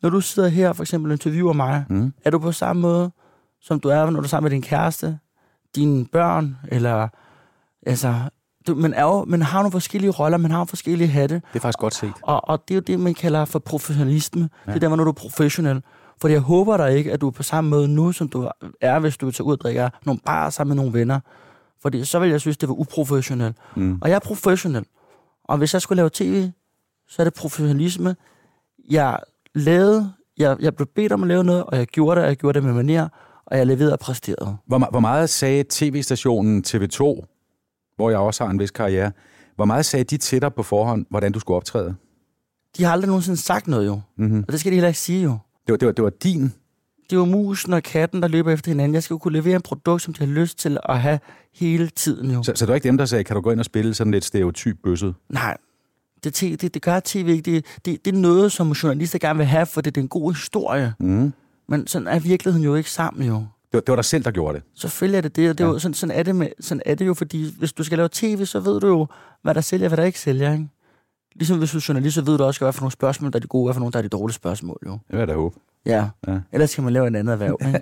Speaker 1: når du sidder her for eksempel og interviewer mig,
Speaker 2: Mm.
Speaker 1: er du på samme måde, som du er, når du er sammen med din kæreste, dine børn, eller altså, du, man, er jo, man har nogle forskellige roller, man har nogle forskellige hatte,
Speaker 2: Det er faktisk godt set.
Speaker 1: og, og det er jo det, man kalder for professionalisme. Ja. Det er der, når du er professionel. For jeg håber da ikke, at du er på samme måde nu, som du er, hvis du tager ud og drikker nogle barer sammen med nogle venner. Fordi så vil jeg synes, det var uprofessionelt.
Speaker 2: Mm.
Speaker 1: Og jeg er professionel. Og hvis jeg skulle lave tv, så er det professionalisme. Jeg lavede, jeg, jeg blev bedt om at lave noget, og jeg gjorde det, og jeg gjorde det med manier, og jeg leverede og præsterede.
Speaker 2: Hvor, hvor meget sagde tv-stationen T V to, hvor jeg også har en vis karriere, hvor meget sagde de til dig på forhånd, hvordan du skulle optræde?
Speaker 1: De har aldrig nogensinde sagt noget jo.
Speaker 2: Mm-hmm.
Speaker 1: Og det skal de heller ikke sige jo.
Speaker 2: Det var, det var, det var din...
Speaker 1: Det var musen og katten, der løber efter hinanden. Jeg skal jo kunne levere en produkt, som de har lyst til at have hele tiden jo.
Speaker 2: Så, så det var ikke dem, der sagde, kan du gå ind og spille sådan lidt stereotyp bøsset?
Speaker 1: Nej, det, det, det gør tv ikke. Det, det, det er noget, som journalister gerne vil have, for det er en god historie.
Speaker 2: Mm.
Speaker 1: Men sådan er virkeligheden jo ikke sammen jo.
Speaker 2: Det var, det var dig selv, der gjorde det.
Speaker 1: Selvfølgelig er det det, og det er jo, sådan, sådan, er det med, sådan er det jo, fordi hvis du skal lave tv, så ved du jo, hvad der sælger, hvad der ikke sælger, ikke? Ligesom hvis du er journalist, så ved du også, hvad for nogle spørgsmål, der er de gode, hvad for nogle, der er de dårlige spørgsmål, jo.
Speaker 2: Det vil jeg da håbe.
Speaker 1: Ja,
Speaker 2: Ja.
Speaker 1: ellers skal man lave en anden erhverv, ikke?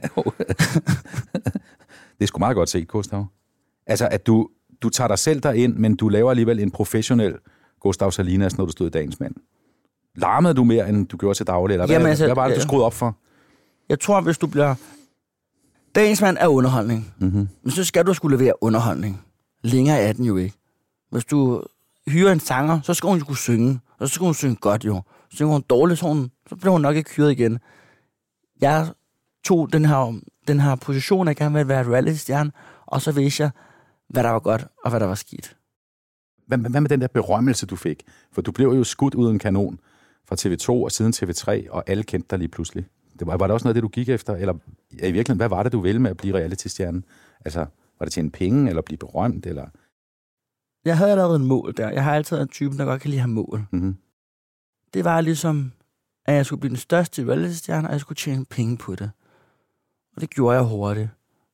Speaker 2: Det er sgu meget godt set, Gustav. Altså, at du, du tager dig selv derind, men du laver alligevel en professionel Gustav Salinas, når du stod i Dagens Mand. Larmede du mere, end du gjorde til daglig? Eller hvad,
Speaker 1: Jamen, altså,
Speaker 2: hvad var det, du
Speaker 1: ja.
Speaker 2: skruede op for?
Speaker 1: Jeg tror, hvis du bliver... Dagens Mand er underholdning.
Speaker 2: Mm-hmm.
Speaker 1: Men så skal du skulle levere underholdning. Længere er den jo ikke. Hvis du hyrer en sanger, så skal hun jo kunne synge. Og så skal hun synge godt jo. Så synger hun dårligt, så, hun, så bliver hun nok ikke hyret igen. Jeg tog den her, den her position, jeg gerne vil være reality-stjerne, og så vidste jeg, hvad der var godt, og hvad der var skidt.
Speaker 2: Hvad, hvad med den der berømmelse, du fik? For du blev jo skudt ud af en kanon fra T V to og siden T V tre, og alle kendte dig lige pludselig. Det var, var det også noget af det, du gik efter? Eller ja, i virkeligheden, hvad var det, du ville med at blive reality-stjerne? Altså, var det tjene penge, eller blive berømt, eller...
Speaker 1: Jeg havde allerede en mål der. Jeg har altid været en type, der godt kan lide at have mål.
Speaker 2: Mm-hmm.
Speaker 1: Det var ligesom, at jeg skulle blive den største reality-stjerne, og jeg skulle tjene penge på det. Og det gjorde jeg hurtigt.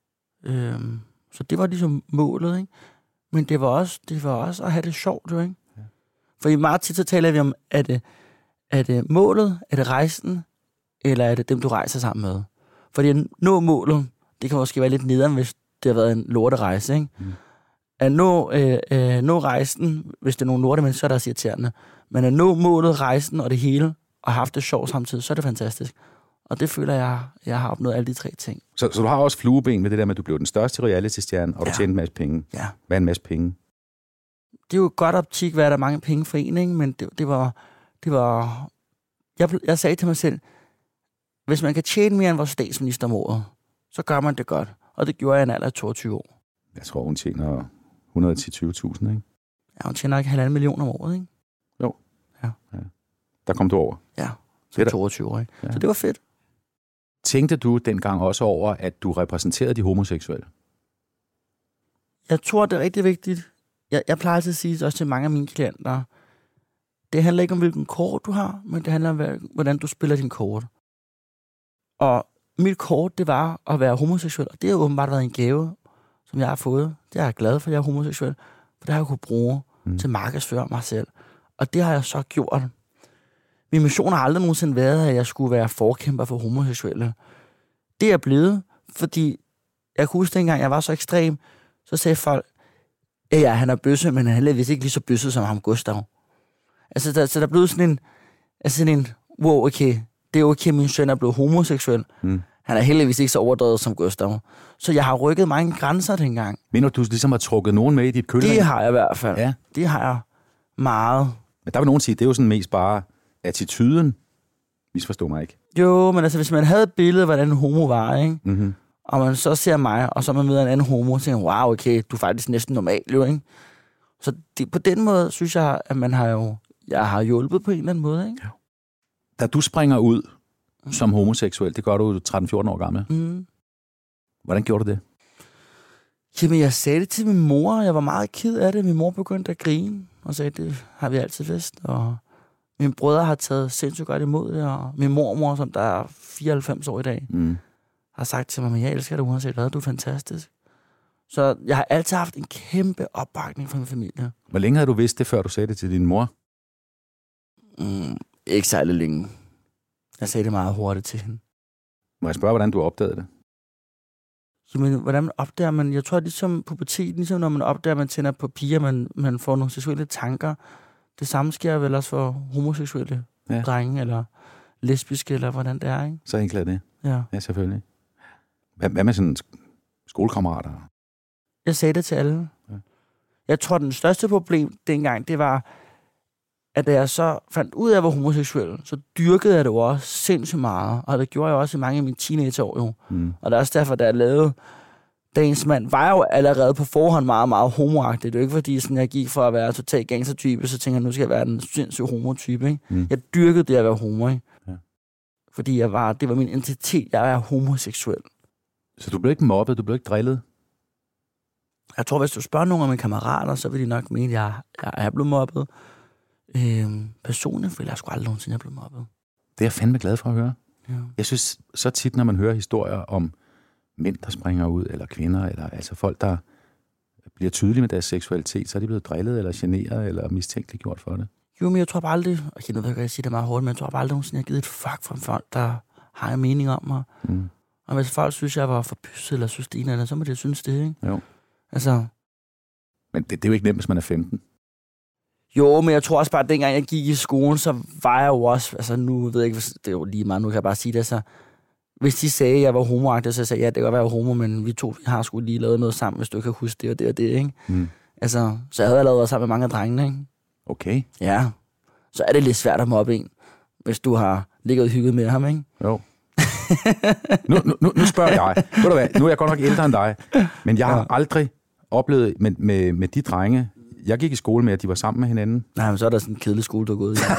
Speaker 1: Øhm, så det var ligesom målet, ikke? Men det var også, det var også at have det sjovt, jo, ikke? Ja. For i meget tit så taler vi om, er det, er det målet, er det rejsen, eller er det dem, du rejser sammen med? Fordi at nå målet, det kan måske være lidt nederen, hvis det har været en lorterejse, ikke? Mm. At nå, øh, øh, nå rejsen, hvis det er nogle lortemennesker, så er det også irriterende. Men at nå målet, rejsen og det hele, og have haft det sjovt samtidig, så er det fantastisk. Og det føler jeg, jeg har opnået alle de tre ting.
Speaker 2: Så, så du har også flueben med det der med, at du blev den største reality-stjerne, og
Speaker 1: Ja.
Speaker 2: du tjente en masse penge.
Speaker 1: Ja.
Speaker 2: Hvad er en masse penge?
Speaker 1: Det er jo et godt optik, hvad er der mange penge for en, ikke? Men det, det var... Det var jeg, jeg sagde til mig selv, hvis man kan tjene mere end vores statsminister om året, så gør man det godt. Og det gjorde jeg i en alder af toogtyve år.
Speaker 2: Jeg tror, hun tjener et hundrede til tyve tusind, ikke?
Speaker 1: Ja, hun tjener ikke halvanden million om året, ikke?
Speaker 2: Jo.
Speaker 1: Ja.
Speaker 2: Ja. Der kom du over.
Speaker 1: Ja,
Speaker 2: Det
Speaker 1: som
Speaker 2: er da-
Speaker 1: toogtyve år, ikke?
Speaker 2: Ja.
Speaker 1: Så det var fedt.
Speaker 2: Tænkte du dengang også over, at du repræsenterede de homoseksuelle?
Speaker 1: Jeg tror, det er rigtig vigtigt. Jeg, jeg plejer altid at sige også til mange af mine klienter, det handler ikke om, hvilken kort du har, men det handler om, hvad- hvordan du spiller din kort. Og mit kort, det var at være homoseksuel, og det har åbenbart været en gave, som jeg har fået. Det er jeg glad for, at jeg er homoseksuel, for det har jeg kunne bruge mm. til at markedsføre mig selv. Og det har jeg så gjort. Min mission har aldrig nogensinde været, at jeg skulle være forkæmper for homoseksuelle. Det er jeg blevet, fordi jeg kunne huske dengang, jeg var så ekstrem, så sagde folk, ja, ja, han er bøsse, men han er vist ikke lige så bøsse som ham, Gustav. Altså, der, så der blev sådan en, altså sådan en, wow, okay, det er okay, min søn er blevet homoseksuel.
Speaker 2: Mm.
Speaker 1: Han er heldigvis ikke så overdrevet som Gustav. Så jeg har rykket mange grænser dengang.
Speaker 2: Mener du, du ligesom har trukket nogen med i dit kølvand?
Speaker 1: Det har jeg i hvert fald.
Speaker 2: Ja.
Speaker 1: Det har jeg meget.
Speaker 2: Men der vil nogen sige, det er jo sådan mest bare attituden. Misforstå mig ikke.
Speaker 1: Jo, men altså, hvis man havde et billede af, hvordan en homo var, ikke?
Speaker 2: Mm-hmm.
Speaker 1: Og man så ser mig, og så man møder en anden homo, så tænker man, wow, okay, du er faktisk næsten normal, jo, ikke? Så det, på den måde, synes jeg, at man har jo, jeg har hjulpet på en eller anden måde, ikke?
Speaker 2: Da du springer ud som homoseksuel, det gør du tretten fjorten år gammel.
Speaker 1: Mm.
Speaker 2: Hvordan gjorde du det?
Speaker 1: Jamen, jeg sagde det til min mor, og jeg var meget ked af det. Min mor begyndte at grine, og sagde, det har vi altid vidst. Og mine brødre har taget sindssygt godt imod det, og min mormor, som der er fireoghalvfems år i dag,
Speaker 2: Mm.
Speaker 1: har sagt til mig, men jeg elsker dig uanset hvad, du er fantastisk. Så jeg har altid haft en kæmpe opbakning fra min familie.
Speaker 2: Hvor længe havde du vidst det, før du sagde det til din mor?
Speaker 1: Mm, ikke særlig længe. Jeg sagde det meget hurtigt til hende.
Speaker 2: Må jeg spørge, hvordan du opdagede det?
Speaker 1: Jamen, hvordan opdager man? Jeg tror, ligesom puberteten, ligesom når man opdager, at man tænder på piger, man, man får nogle seksuelle tanker. Det samme sker vel også for homoseksuelle ja. drenge, eller lesbiske, eller hvordan det er, ikke?
Speaker 2: Så enkelt er det.
Speaker 1: Ja.
Speaker 2: Ja, selvfølgelig. Hvad, hvad med sådan skolekammerater?
Speaker 1: Jeg sagde det til alle. Ja. Jeg tror, den største problem dengang, det var, at da jeg så fandt ud af, at jeg var homoseksuel, så dyrkede jeg det jo også sindssygt meget. Og det gjorde jeg også i mange af mine teenageår jo. Mm. Og det er også derfor, da jeg lavede Dagens Mand, var jeg jo allerede på forhånd meget, meget homoagtig. Det er jo ikke fordi, sådan, jeg gik for at være total gangstertype, så tænkte jeg, nu skal jeg være en sindssyg homotype. Ikke? Mm. Jeg dyrkede det at være homo, ikke? Ja. Fordi jeg var, det var min identitet. Jeg er homoseksuel. Så
Speaker 2: du blev ikke mobbet? Du blev ikke drillet?
Speaker 1: Jeg tror, hvis du spørger nogle af mine kammerater, så vil de nok mene, at jeg, jeg er blevet mobbet. Øhm, personligt føler jeg sgu aldrig nogensinde, jeg blev mobbet.
Speaker 2: Det er jeg fandme glad for at høre.
Speaker 1: Ja.
Speaker 2: Jeg synes så tit, når man hører historier om mænd, der springer ud, eller kvinder, eller altså folk, der bliver tydelige med deres seksualitet, så er de blevet drillet, eller generet, eller mistænkeliggjort for det.
Speaker 1: Jo, men jeg tror bare aldrig, og jeg ved ikke, jeg siger det meget hårdt, men jeg tror bare aldrig nogensinde, jeg har givet et fuck for folk, der har en mening om mig. Mm. Og hvis folk synes, jeg var for pysset, eller synes det ene eller andet, så må de synes det, ikke?
Speaker 2: Jo.
Speaker 1: Altså...
Speaker 2: Men det, det er jo ikke nemt, hvis man er femten.
Speaker 1: Jo, men jeg tror også bare, at dengang jeg gik i skolen, så var jeg jo også, altså nu ved jeg ikke, det er jo lige meget, nu kan jeg bare sige det, så hvis de sagde, at jeg var homoagtig, så sagde jeg, ja, det kan godt være homo, men vi to vi har sgu lige lavet noget sammen, hvis du kan huske det og det og det, ikke? Mm. Altså, så jeg havde allerede været sammen med mange af drengene, ikke?
Speaker 2: Okay.
Speaker 1: Ja, så er det lidt svært at mobbe en, hvis du har ligget og hygget med ham, ikke?
Speaker 2: Jo. nu, nu, nu spørger jeg, ved du hvad, nu er jeg godt nok ældre end dig, men jeg har aldrig oplevet med, med, med de drenge, jeg gik i skole med, at de var sammen med hinanden.
Speaker 1: Nej, men så er der sådan en kedelig skole, du har gået i.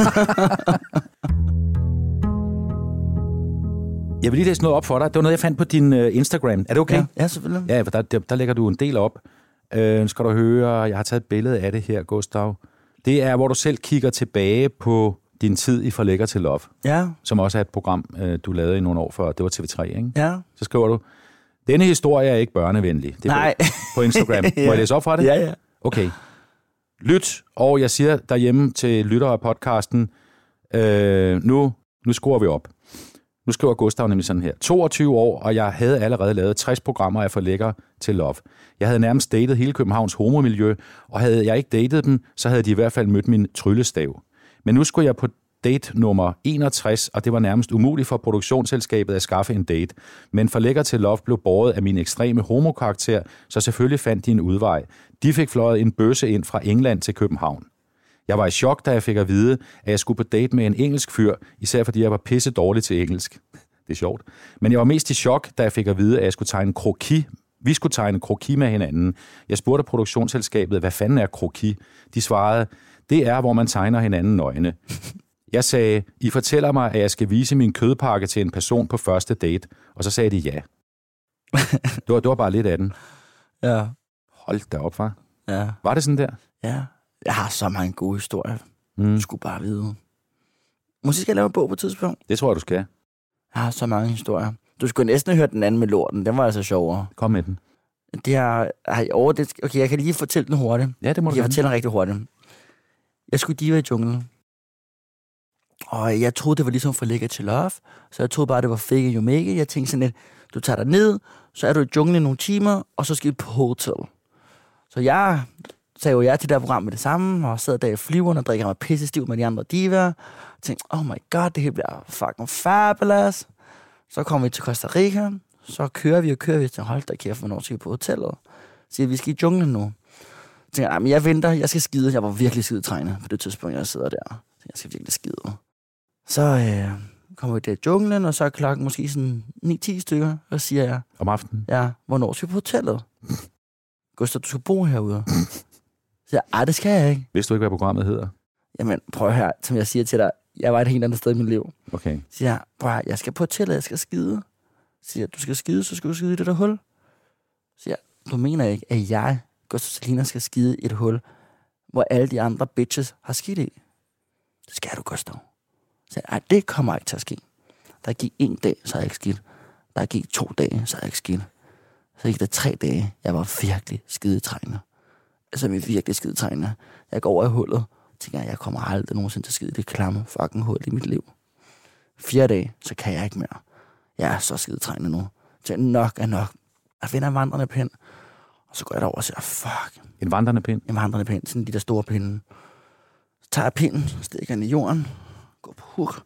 Speaker 2: Jeg vil lige læse noget op for dig. Det var noget, jeg fandt på din uh, Instagram. Er det okay?
Speaker 1: Ja, ja selvfølgelig.
Speaker 2: Ja, for der, der, der lægger du en del op. Uh, skal du høre, jeg har taget et billede af det her, Gustav. Det er, hvor du selv kigger tilbage på din tid i For Lækker til Love.
Speaker 1: Ja.
Speaker 2: Som også er et program, uh, du lavede i nogle år før. Det var T V tre, ikke?
Speaker 1: Ja.
Speaker 2: Så skriver du, denne historie er ikke børnevenlig. Det er
Speaker 1: Nej.
Speaker 2: På, på Instagram. Må ja. jeg læse op fra det?
Speaker 1: Ja, ja.
Speaker 2: Okay. Lyt, og jeg siger derhjemme til lyttere af podcasten, øh, nu, nu skruer vi op. Nu skriver Gustav nemlig sådan her. toogtyve år, og jeg havde allerede lavet tres programmer af For Lækker til Love. Jeg havde nærmest datet hele Københavns homomiljø, og havde jeg ikke datet dem, så havde de i hvert fald mødt min tryllestav. Men nu skulle jeg på date nummer enogtres, og det var nærmest umuligt for produktionsselskabet at skaffe en date. Men For Lækker til Love blev båret af min ekstreme homokarakter, så selvfølgelig fandt de en udvej. De fik fløjet en bøsse ind fra England til København. Jeg var i chok, da jeg fik at vide, at jeg skulle på date med en engelsk fyr, især fordi jeg var pisse dårlig til engelsk. Det er sjovt. Men jeg var mest i chok, da jeg fik at vide, at jeg skulle tegne kroki. Vi skulle tegne kroki med hinanden. Jeg spurgte produktionsselskabet, hvad fanden er kroki? De svarede, det er, hvor man tegner hinanden nøgne. Jeg sagde, I fortæller mig, at jeg skal vise min kødpakke til en person på første date. Og så sagde de ja. Det var, det var bare lidt af den.
Speaker 1: Ja.
Speaker 2: Hold da op, far.
Speaker 1: Ja.
Speaker 2: Var det sådan der?
Speaker 1: Ja. Jeg har så mange gode historier. Mm. Du skulle bare vide. Måske skal jeg lave en bog på et tidspunkt.
Speaker 2: Det tror jeg, du skal.
Speaker 1: Jeg har så mange historier. Du skulle næsten have hørt den anden med lorten. Den var altså sjovere.
Speaker 2: Kom med den.
Speaker 1: Det har, har jeg over det. Okay, jeg kan lige fortælle den hurtigt.
Speaker 2: Ja, det må du
Speaker 1: Jeg kan fortælle den rigtig hurtigt. Jeg skulle dive i junglen. Og jeg troede, det var ligesom For Lækker til Love. Så jeg troede bare, det var fake you make it. Jeg tænkte sådan lidt, du tager dig ned, så er du i junglen nogle timer, og så skal vi på hotel. Så jeg sagde jo ja til det her program med det samme, og sad der i flyveren og drikker mig pissestiv med de andre divaer. Jeg tænkte, oh my god, det her bliver fucking fabulous. Så kommer vi til Costa Rica, så kører vi og kører vi. Jeg tænkte, hold da kæft, hvornår skal vi på hotellet? Så siger, vi skal i junglen nu. Jeg tænkte, nej, men jeg venter, jeg skal skide. Jeg var virkelig skidetrængende på det tidspunkt, jeg sidder der. Så jeg skal virkelig skide. Så øh, kommer vi der i junglen, og så er klokken måske sådan ni ti stykker, og siger jeg...
Speaker 2: Om aftenen?
Speaker 1: Ja, hvornår skal vi på hotellet? Gustav, du skal bo herude. Så jeg, ej, det skal jeg ikke.
Speaker 2: Vidste du ikke, hvad programmet hedder?
Speaker 1: Jamen, prøv her, som jeg siger til dig, jeg var et helt andet sted i mit liv.
Speaker 2: Okay.
Speaker 1: Så jeg, prøv her, jeg skal på hotellet, jeg skal skide. Så siger du skal skide, så skal du skide i det der hul. Så jeg, du mener ikke, at jeg, Gustav Salinas, skal skide i et hul, hvor alle de andre bitches har skidt i? Det skal du, Gustav. Så jeg, det kommer ikke til at ske. Der gik en dag, så har jeg ikke skidt. Der gik to dage, så har jeg ikke skidt. Så gik der tre dage, jeg var virkelig skidetrængende. Altså, jeg er virkelig skidetrængende. Jeg går over i hullet, tænker, jeg kommer aldrig nogensinde til at skide i det klamme fucking hul i mit liv. Fire dage, så kan jeg ikke mere. Jeg er så skidetrængende nu. Så nok er nok. Jeg finder en vandrende pind, og så går jeg derover og siger, fuck.
Speaker 2: En vandrende pind?
Speaker 1: En vandrende pind, sådan de der store pinde. Så tager jeg pinden, stikker den i jorden, går på huk.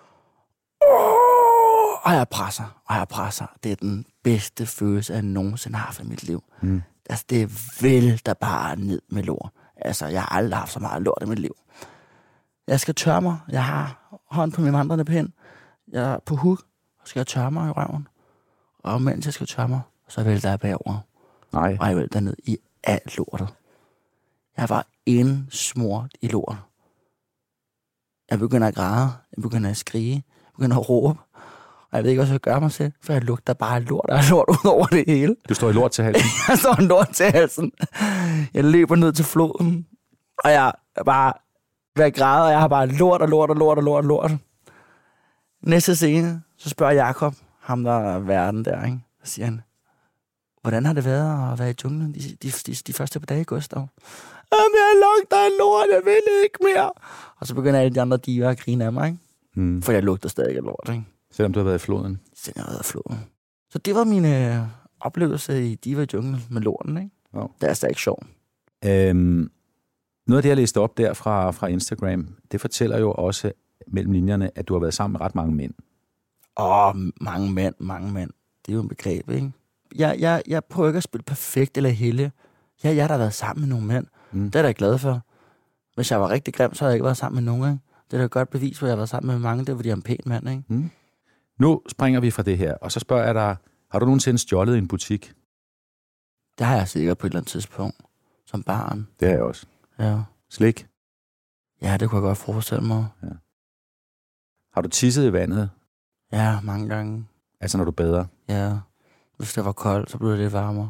Speaker 1: Oh, og jeg presser, og jeg presser. Det er den bedste følelse, jeg nogensinde har haft i mit liv. Mm. Altså, det vælter bare ned med lort. Altså, jeg har aldrig haft så meget lort i mit liv. Jeg skal tørre mig. Jeg har hånd på min vandrende pind. Jeg er på huk, og skal jeg tørre mig i røven. Og mens jeg skal tørre mig, så vælter jeg bagover.
Speaker 2: Nej.
Speaker 1: Og jeg vælter ned i alt lortet. Jeg var indsmurt i lort. Jeg begynder at græde. Jeg begynder at skrige. Jeg begynder at råbe. Og jeg ved ikke, hvad jeg skal gøre mig selv, for jeg lugter bare lort. Der er lort ud over det hele.
Speaker 2: Du står i lort til halsen?
Speaker 1: Jeg står i lort til halsen. Jeg løber ned til floden. Og jeg er bare ved at græde, og jeg har bare lort og lort og lort og lort og lort. Næste scene, så spørger Jakob, ham der er verden der, ikke? Så siger han, hvordan har det været at være i junglen de, de, de, de første par dage, Gustav? Jamen, jeg lugter af lort, jeg vil ikke mere. Og så begynder alle de andre diver at grine af mig, ikke? Mm. For jeg lugter stadig af lort, ikke?
Speaker 2: Selvom du har været i floden?
Speaker 1: Selvom jeg har været i floden. Så det var min øh, oplevelse i Diva i junglen med lorten, ikke?
Speaker 2: Oh.
Speaker 1: Det er stadig sjovt.
Speaker 2: Øhm, noget af det, jeg læste op der fra, fra Instagram, det fortæller jo også mellem linjerne, at du har været sammen med ret mange mænd.
Speaker 1: Åh, oh, mange mænd, mange mænd. Det er jo en begreb, ikke? Jeg, jeg, jeg prøver ikke at spille perfekt eller heldig. Jeg, jeg har da været sammen med nogle mænd. Mm. Det er jeg glad for. Hvis jeg var rigtig grim, så havde jeg ikke været sammen med nogen, ikke? Det er da et godt bevis, hvor jeg har været sammen med mange. Det er, fordi jeg er en pæn mand, ikke?
Speaker 2: Mm. Nu springer vi fra det her, og så spørger jeg dig, har du nogensinde stjålet i en butik?
Speaker 1: Det har jeg sikkert på et eller andet tidspunkt. Som barn.
Speaker 2: Det har jeg også.
Speaker 1: Ja.
Speaker 2: Slik?
Speaker 1: Ja, det kunne jeg godt forestille mig. Ja.
Speaker 2: Har du tisset i vandet?
Speaker 1: Ja, mange gange.
Speaker 2: Altså når du bader?
Speaker 1: Ja. Hvis det var koldt, så blev det lidt varmere.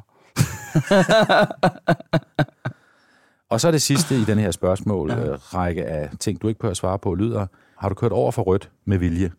Speaker 2: Og så er det sidste i den her spørgsmålrække ja. af ting, du ikke behøver at svare på, lyder, har du kørt over for rødt med vilje?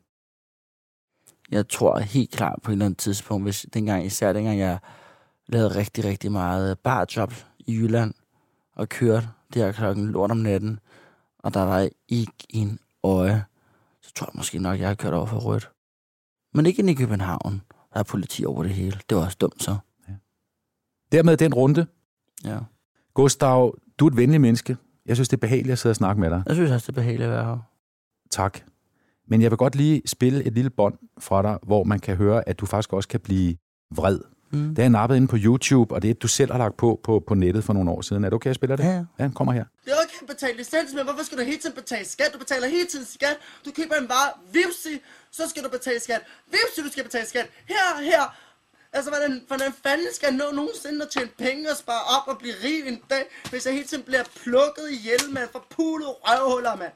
Speaker 1: Jeg tror helt klart på et eller andet tidspunkt, hvis dengang, især dengang jeg lavede rigtig, rigtig meget barjob i Jylland, og kørte der klokken lort om natten, og der var ikke en øje, så tror jeg måske nok, jeg har kørt over for rødt. Men ikke inde i København. Der er politi over det hele. Det var også dumt så. Ja.
Speaker 2: Dermed den runde.
Speaker 1: Ja.
Speaker 2: Gustav, du er et venligt menneske. Jeg synes, det er behageligt at sidde og snakke med dig.
Speaker 1: Jeg synes også, det er behageligt at være her.
Speaker 2: Tak. Men jeg vil godt lige spille et lille bånd fra dig, hvor man kan høre, at du faktisk også kan blive vred. Mm. Det er nappet inde på YouTube, og det er et, du selv har lagt på, på på nettet for nogle år siden. Er det okay, jeg spiller det?
Speaker 1: Ja.
Speaker 2: Ja, kommer her.
Speaker 9: Det er okay at betale licens, men hvorfor skal du hele tiden betale skat? Du betaler hele tiden skat. Du køber en vare, vipsi, så skal du betale skat. Vipsi, du skal betale skat. Her, her. Altså, hvordan, hvordan fanden skal jeg nå nogensinde at tjene penge og spare op og blive rig en dag, hvis jeg hele tiden bliver plukket ihjel, mand, for pulet røvhuller, mand.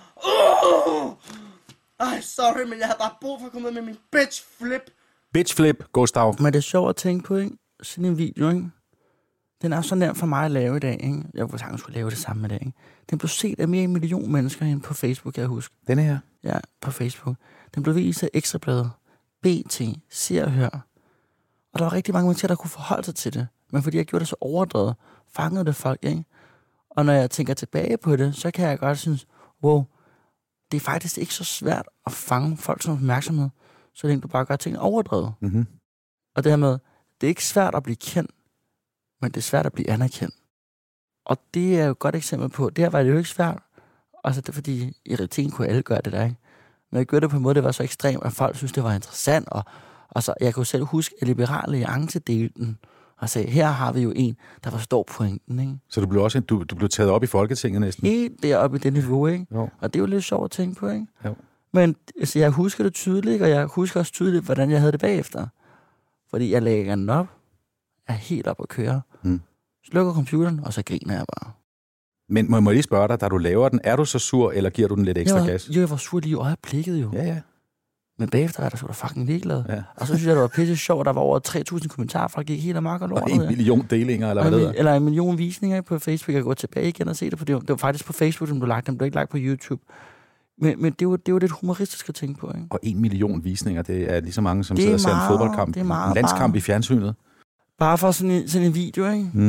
Speaker 9: Uh! Ej, sorry, men jeg havde bare brug for at komme ud med min bitch flip.
Speaker 2: Bitch flip, Gustav.
Speaker 1: Men det er sjovt at tænke på, ikke? Sådan en video, ikke? Den er så nemt for mig at lave i dag, ikke? Jeg kunne sagtens skulle lave det samme i dag, ikke? Den blev set af mere end en million mennesker inde på Facebook, kan jeg huske.
Speaker 2: Den her?
Speaker 1: Ja, på Facebook. Den blev vist af Ekstrabladet, B T, Se og Hør. Og der var rigtig mange mennesker, der kunne forholde sig til det. Men fordi jeg gjorde det så overdrevet, fangede det folk, ikke? Og når jeg tænker tilbage på det, så kan jeg godt synes, wow, det er faktisk ikke så svært at fange folks opmærksomhed, så længe du bare gør tingene overdrevet.
Speaker 2: Mm-hmm.
Speaker 1: Og det her med, det er ikke svært at blive kendt, men det er svært at blive anerkendt. Og det er jo et godt eksempel på, det her var det jo ikke svært. Altså det er fordi, i realiteten kunne alle gøre det der, ikke? Men jeg gjorde det på en måde, det var så ekstremt, at folk synes det var interessant, og, og så, jeg kunne selv huske, at Liberale Alliance delte den, og sagde, her har vi jo en, der forstår pointen, ikke?
Speaker 2: Så du blev også du, du blev taget op i Folketinget næsten?
Speaker 1: Helt deroppe i det niveau, ikke?
Speaker 2: Jo.
Speaker 1: Og det er jo lidt sjovt at tænke på, ikke?
Speaker 2: Jo.
Speaker 1: Men altså, jeg husker det tydeligt, og jeg husker også tydeligt, hvordan jeg havde det bagefter. Fordi jeg lægger den op, er helt op at køre, mm. slukker computeren, og så griner jeg bare.
Speaker 2: Men må jeg lige spørge dig, da du laver den, er du så sur, eller giver du den lidt ekstra
Speaker 1: jeg var,
Speaker 2: gas?
Speaker 1: Jo, jeg var sur lige i øjeblikket jo.
Speaker 2: Ja, ja.
Speaker 1: Men bagefter var der så fucking ligeglad. Ja. Og så synes jeg, det var pisse sjovt, der var over tre tusind kommentarer, folk gik helt amok og lort.
Speaker 2: Og en million delinger, eller hvad det er?
Speaker 1: Eller en million visninger på Facebook. Jeg går tilbage igen og se det på det. Det var faktisk på Facebook, som du lagde dem. Det blev ikke lagt på YouTube. Men, men det var det var lidt humoristisk at tænke på, ikke?
Speaker 2: Og en million visninger, det er lige så mange, som
Speaker 1: det
Speaker 2: sidder og ser en
Speaker 1: meget,
Speaker 2: fodboldkamp.
Speaker 1: Det er meget,
Speaker 2: en landskamp
Speaker 1: bare,
Speaker 2: i fjernsynet.
Speaker 1: Bare for sådan en, sådan en video, ikke?
Speaker 2: Mm.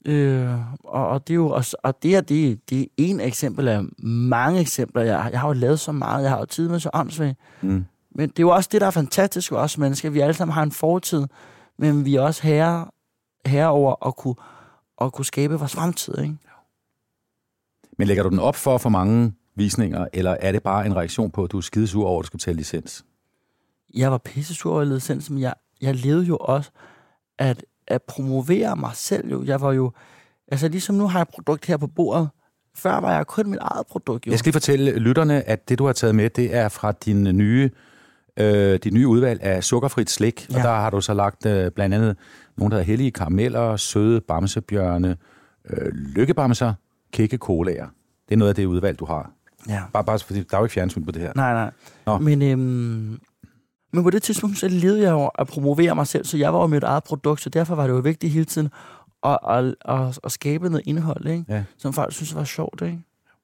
Speaker 1: Øh, og, og det er jo også, og det her, det, det er en eksempel af mange eksempler. Jeg, jeg har jo lavet så meget, jeg har jo tid med så åndssvagt. Mm. Men det er jo også det, der er fantastisk for os mennesker. Vi alle sammen har en fortid, men vi er også herre, herre over at kunne, at kunne skabe vores fremtid, ikke?
Speaker 2: Men lægger du den op for for mange visninger, eller er det bare en reaktion på, at du er skidesur over, at du skal betale licens?
Speaker 1: Jeg var pissesur over licens, men jeg, jeg levede jo også at, at promovere mig selv. Jo. Jeg var jo, altså ligesom nu har jeg et produkt her på bordet. Før var jeg kun mit eget produkt. Jo.
Speaker 2: Jeg skal lige fortælle lytterne, at det, du har taget med, det er fra din nye, øh, din nye udvalg af sukkerfrit slik. Ja. Og der har du så lagt øh, blandt andet nogle, der er hellige karameller, søde bamsebjørne, øh, lykkebamser, kække colaer. Det er noget af det udvalg, du har.
Speaker 1: Ja.
Speaker 2: Bare, bare fordi der er jo ikke fjernsyn på det her.
Speaker 1: Nej, nej. Nå. Men, øhm, men på det tidspunkt, så levede jeg jo at promovere mig selv, så jeg var jo mit eget produkt, så derfor var det jo vigtigt hele tiden at, at, at, at skabe noget indhold, ikke? Ja. Som folk synes var sjovt, ikke?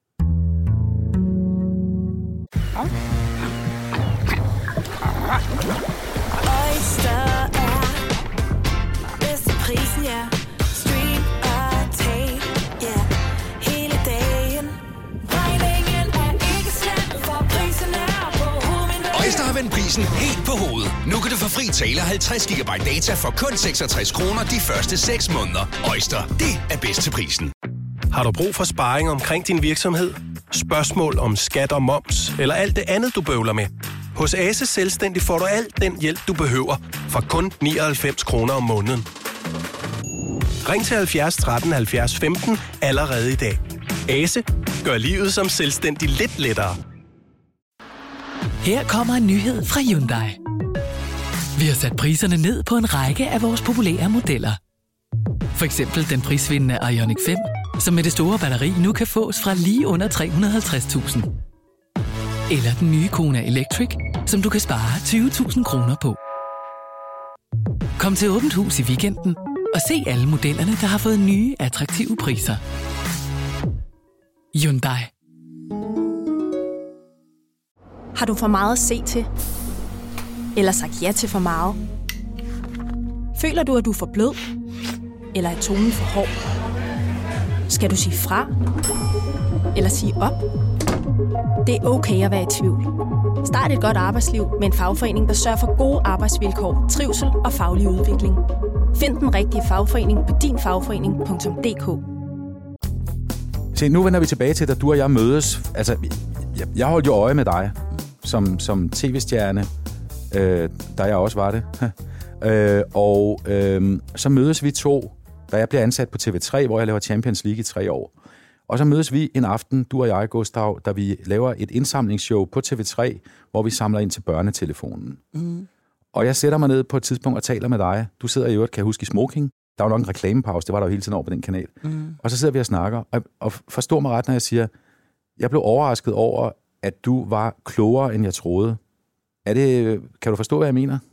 Speaker 3: Oyster er bedst til prisen, ja. Stream og tag, ja. Hele dagen. Regningen er ikke slem, for prisen er på hovedet.
Speaker 4: Oyster har vendt prisen helt på hovedet. Nu kan du få fri tale halvtreds gigabyte data for kun seksogtres kroner de første seks måneder. Oyster, det er bedst til prisen.
Speaker 5: Har du brug for sparring omkring din virksomhed? Spørgsmål om skat og moms, eller alt det andet, du bøvler med? Hos Ase Selvstændig får du alt den hjælp, du behøver, for kun nioghalvfems kroner om måneden. Ring til halvfjerds tretten halvfjerds femten allerede i dag. Ase gør livet som selvstændig lidt lettere.
Speaker 10: Her kommer en nyhed fra Hyundai. Vi har sat priserne ned på en række af vores populære modeller. For eksempel den prisvindende Ioniq fem, som med det store batteri nu kan fås fra lige under tre hundrede og halvtreds tusind. Eller den nye Kona Electric, som du kan spare tyve tusind kroner på. Kom til Åbent Hus i weekenden og se alle modellerne, der har fået nye, attraktive priser. Hyundai.
Speaker 8: Har du for meget at se til? Eller sagt ja til for meget? Føler du, at du er for blød? Eller er tonen for hård? Skal du sige fra? Eller sige op? Det er okay at være i tvivl. Start et godt arbejdsliv med en fagforening, der sørger for gode arbejdsvilkår, trivsel og faglig udvikling. Find den rigtige fagforening på din fagforening punktum d k.
Speaker 2: Se, nu vender vi tilbage til, da du og jeg mødes. Altså, jeg, jeg holdt jo øje med dig som, som tv-stjerne, øh, da jeg også var det. øh, og øh, så mødes vi to, da jeg bliver ansat på T V tre, hvor jeg laver Champions League i tre år. Og så mødes vi en aften, du og jeg, Gustav, da vi laver et indsamlingsshow på T V tre, hvor vi samler ind til børnetelefonen. Mm. Og jeg sætter mig ned på et tidspunkt og taler med dig. Du sidder i øvrigt, kan jeg huske, i smoking. Der var nok en reklamepause, det var der jo hele tiden over på den kanal. Mm. Og så sidder vi og snakker, og, og forstår mig ret, når jeg siger, jeg blev overrasket over, at du var klogere, end jeg troede. Er det, kan du forstå, hvad jeg mener?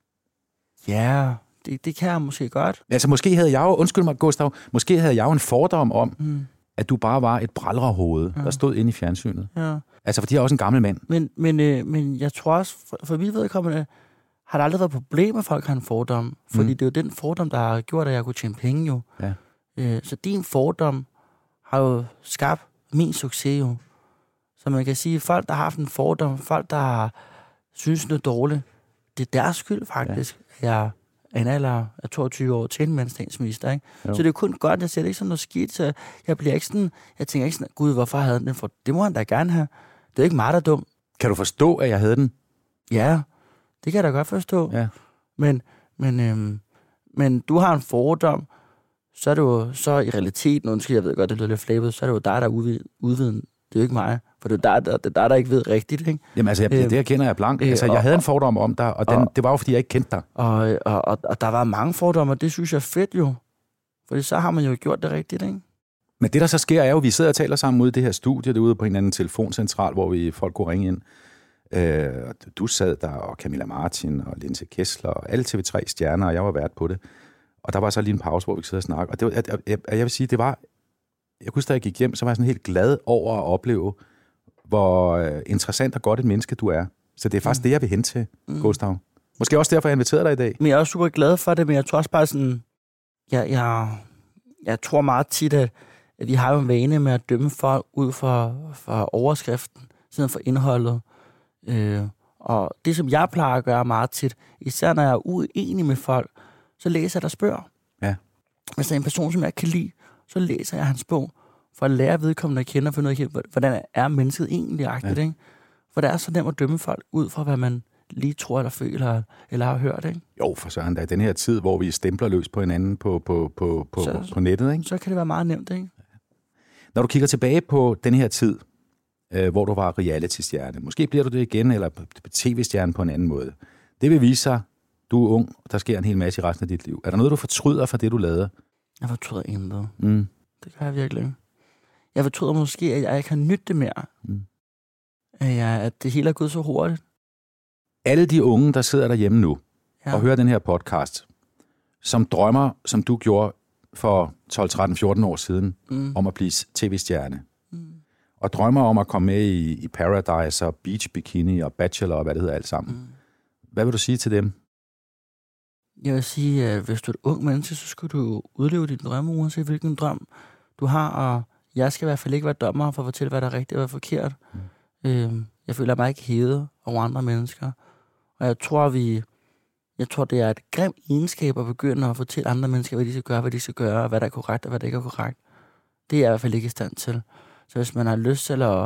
Speaker 1: Ja, det, det kan jeg måske godt.
Speaker 2: Altså, måske havde jeg jo, undskyld mig, Gustav, måske havde jeg jo en fordom om, mm. at du bare var et brælderhoved, ja. Der stod inde i fjernsynet. Ja. Altså, fordi jeg er også en gammel mand.
Speaker 1: Men, men, øh, men jeg tror også, for, for mit vedkommende, har der aldrig været problemer, at folk har en fordom. Fordi mm. det er jo den fordom, der har gjort, at jeg kunne tjene penge jo. Ja. Øh, så din fordom har jo skabt min succes jo. Så man kan sige, at folk, der har haft en fordom, folk, der har synes noget dårligt, det er deres skyld faktisk. Ja. Jeg er en alder af toogtyve år til en statsminister, ikke? Så det er kun godt, jeg ser det ikke sådan noget skidt, så jeg bliver ikke sådan, jeg tænker ikke sådan, gud, hvorfor havde den for? Det må han da gerne have. Det er ikke mig, der er dum.
Speaker 2: Kan du forstå, at jeg havde den?
Speaker 1: Ja, det kan jeg da godt forstå. Ja. Men, men, øhm, men du har en fordom, så er det jo så i realiteten, undskyld, jeg ved godt, det lyder lidt flabet, så er det jo dig, der er udviden. Det er jo ikke mig, for det er dig, der, der, der ikke ved rigtigt, ikke?
Speaker 2: Jamen altså, jeg, det her kender jeg blankt. Altså, jeg havde en fordom om dig, og, den, og det var jo, fordi jeg ikke kendte dig.
Speaker 1: Og, og, og, og der var mange fordomme, og det synes jeg er fedt jo. Fordi så har man jo gjort det rigtigt, ikke?
Speaker 2: Men det, der så sker, er jo, at vi sidder og taler sammen ude i det her studie, derude på en anden telefoncentral, hvor vi folk kunne ringe ind. Øh, du sad der, og Camilla Martin, og Linse Kessler, og alle T V tre stjerner, og jeg var vært på det. Og der var så lige en pause, hvor vi sidder og snakker. Og det var, jeg, jeg, jeg vil sige, det var... Jeg kunne da jeg gik hjem, så var jeg sådan helt glad over at opleve, hvor interessant og godt et menneske du er. Så det er faktisk mm. det, jeg vil hen til, mm. Gustav. Måske også derfor, jeg inviterede dig i dag.
Speaker 1: Men jeg er også super glad for det, men jeg tror også bare sådan... Jeg, jeg, jeg tror meget tit, at, at vi har jo en vane med at dømme folk ud fra, fra overskriften, siden for indholdet. Øh, og det, som jeg plejer at gøre meget tit, især når jeg er uenig med folk, så læser jeg der spørger.
Speaker 2: Ja.
Speaker 1: Hvis der er en person, som jeg kan lide, så læser jeg hans bog, for at lære vedkommende at kende og finde ud af, hvordan er mennesket egentlig agtigt, ja. Ikke? For det er så nemt at dømme folk ud fra, hvad man lige tror eller føler, eller har hørt, ikke?
Speaker 2: Jo, for søren, der er den her tid, hvor vi stempler løs på hinanden på, på, på, på,
Speaker 1: så,
Speaker 2: på nettet, ikke?
Speaker 1: Så kan det være meget nemt, ikke?
Speaker 2: Når du kigger tilbage på den her tid, øh, hvor du var reality-stjerne, måske bliver du det igen, eller tv-stjerne på en anden måde. Det vil vise sig, du er ung, der sker en hel masse i resten af dit liv. Er der noget, du fortryder fra det, du lavede?
Speaker 1: Jeg fortryder intet.
Speaker 2: Mm.
Speaker 1: Det gør jeg virkelig. Jeg fortryder måske, at jeg ikke har nydt det mere. Mm. At, jeg, at det hele er gået så hurtigt.
Speaker 2: Alle de unge, der sidder derhjemme nu,
Speaker 1: ja.
Speaker 2: og hører den her podcast, som drømmer, som du gjorde for tolv, tretten, fjorten år siden, mm. om at blive tv-stjerne, mm. og drømmer om at komme med i, i Paradise og Beach Bikini og Bachelor og hvad det hedder alt sammen. Mm. Hvad vil du sige til dem?
Speaker 1: Jeg vil sige, at hvis du er et ung menneske, så skal du udleve din drømme, uanset hvilken drøm du har, og jeg skal i hvert fald ikke være dommer for at fortælle, hvad der er rigtigt og hvad er forkert. Mm. Øhm, jeg føler mig ikke hævet over andre mennesker, og jeg tror, vi, jeg tror, det er et grimt egenskab at begynde at fortælle andre mennesker, hvad de skal gøre, hvad de skal gøre, hvad der er korrekt og hvad der ikke er korrekt. Det er jeg i hvert fald ikke i stand til. Så hvis man har lyst til at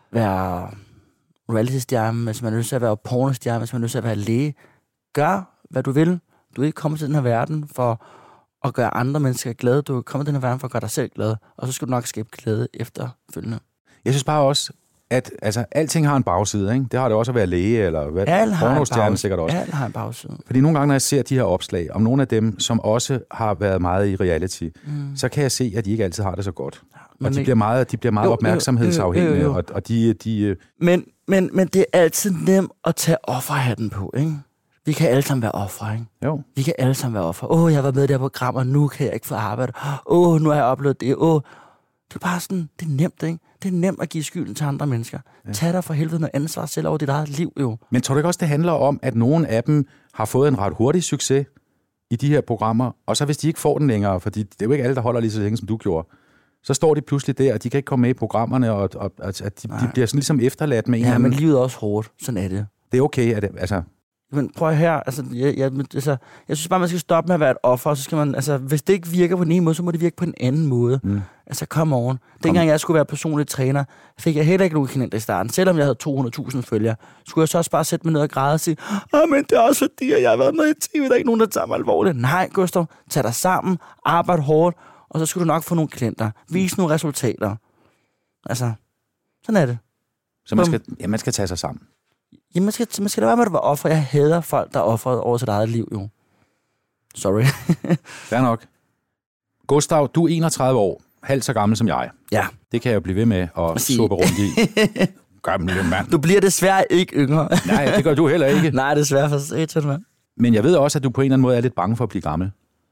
Speaker 1: være reality-stjerne, hvis man har lyst til at være pornostjerne, hvis man har lyst til at være læge, gør, hvad du vil. Du er ikke kommet til den her verden for at gøre andre mennesker glade. Du er kommet til den her verden for at gøre dig selv glad. Og så skal du nok skabe glæde efterfølgende.
Speaker 2: Jeg synes bare også, at altså, alting har en bagside, ikke? Det har det også at være læge, eller hvad? Pornostjerne sikkert også.
Speaker 1: Alt har en bagside.
Speaker 2: Fordi nogle gange, når jeg ser de her opslag, om nogle af dem, som også har været meget i reality, mm. så kan jeg se, at de ikke altid har det så godt. Og de bliver meget, de bliver meget jo, opmærksomhedsafhængige. Jo, jo, jo. Og, og de, de,
Speaker 1: men, men, men det er altid nemt at tage offerhatten på, ikke? Vi kan alle sammen være ofre, ikke?
Speaker 2: Jo.
Speaker 1: Vi kan alle sammen være ofre. Åh, oh, jeg var med i det her program, og nu kan jeg ikke få arbejde. Åh, oh, nu har jeg oplevet det. Åh, oh. Det er bare sådan, det er nemt, ikke? Det er nemt at give skylden til andre mennesker. Ja. Tag dig for helvede noget ansvar selv over dit eget liv, jo.
Speaker 2: Men tror du ikke også, det handler om, at nogle af dem har fået en ret hurtig succes i de her programmer, og så hvis de ikke får den længere, fordi det er jo ikke alle, der holder lige så længe, som du gjorde, så står de pludselig der, og de kan ikke komme med i programmerne, og, og at de, de bliver sådan ligesom efterladt med en.
Speaker 1: Ja, men livet er også hårdt. Sådan er det.
Speaker 2: Det er okay, at det, altså...
Speaker 1: Men prøv her, altså jeg, jeg, altså, jeg synes bare, man skal stoppe med at være et offer, og så skal man, altså, hvis det ikke virker på den ene måde, så må det virke på en anden måde. Mm. Altså, come on. Dengang jeg skulle være personlig træner, fik jeg heller ikke nogen klienter i starten. Selvom jeg havde to hundrede tusind følgere, skulle jeg så også bare sætte mig ned og græde og sige, åh, men det er også fordi, at jeg har været med i T V, der er ikke nogen, der tager mig alvorligt. Nej, Gustav, tag dig sammen, arbejde hårdt, og så skal du nok få nogle klienter. Vis nogle resultater. Altså, sådan er det.
Speaker 2: Så man skal, ja, man skal tage sig sammen.
Speaker 1: Jamen, man skal, man skal da være med at være offer. Jeg hader folk, der er offeret over sit eget liv, jo. Sorry.
Speaker 2: Fair nok. Gustav, du er enogtredive år, halvt så gammel som jeg.
Speaker 1: Ja.
Speaker 2: Det kan jeg jo blive ved med at suppe rundt i. Gamle mand.
Speaker 1: Du bliver desværre ikke yngre.
Speaker 2: Nej, det gør du heller ikke.
Speaker 1: Nej, desværre for satan, mand.
Speaker 2: Men jeg ved også, at du på en eller anden måde er lidt bange for at blive gammel.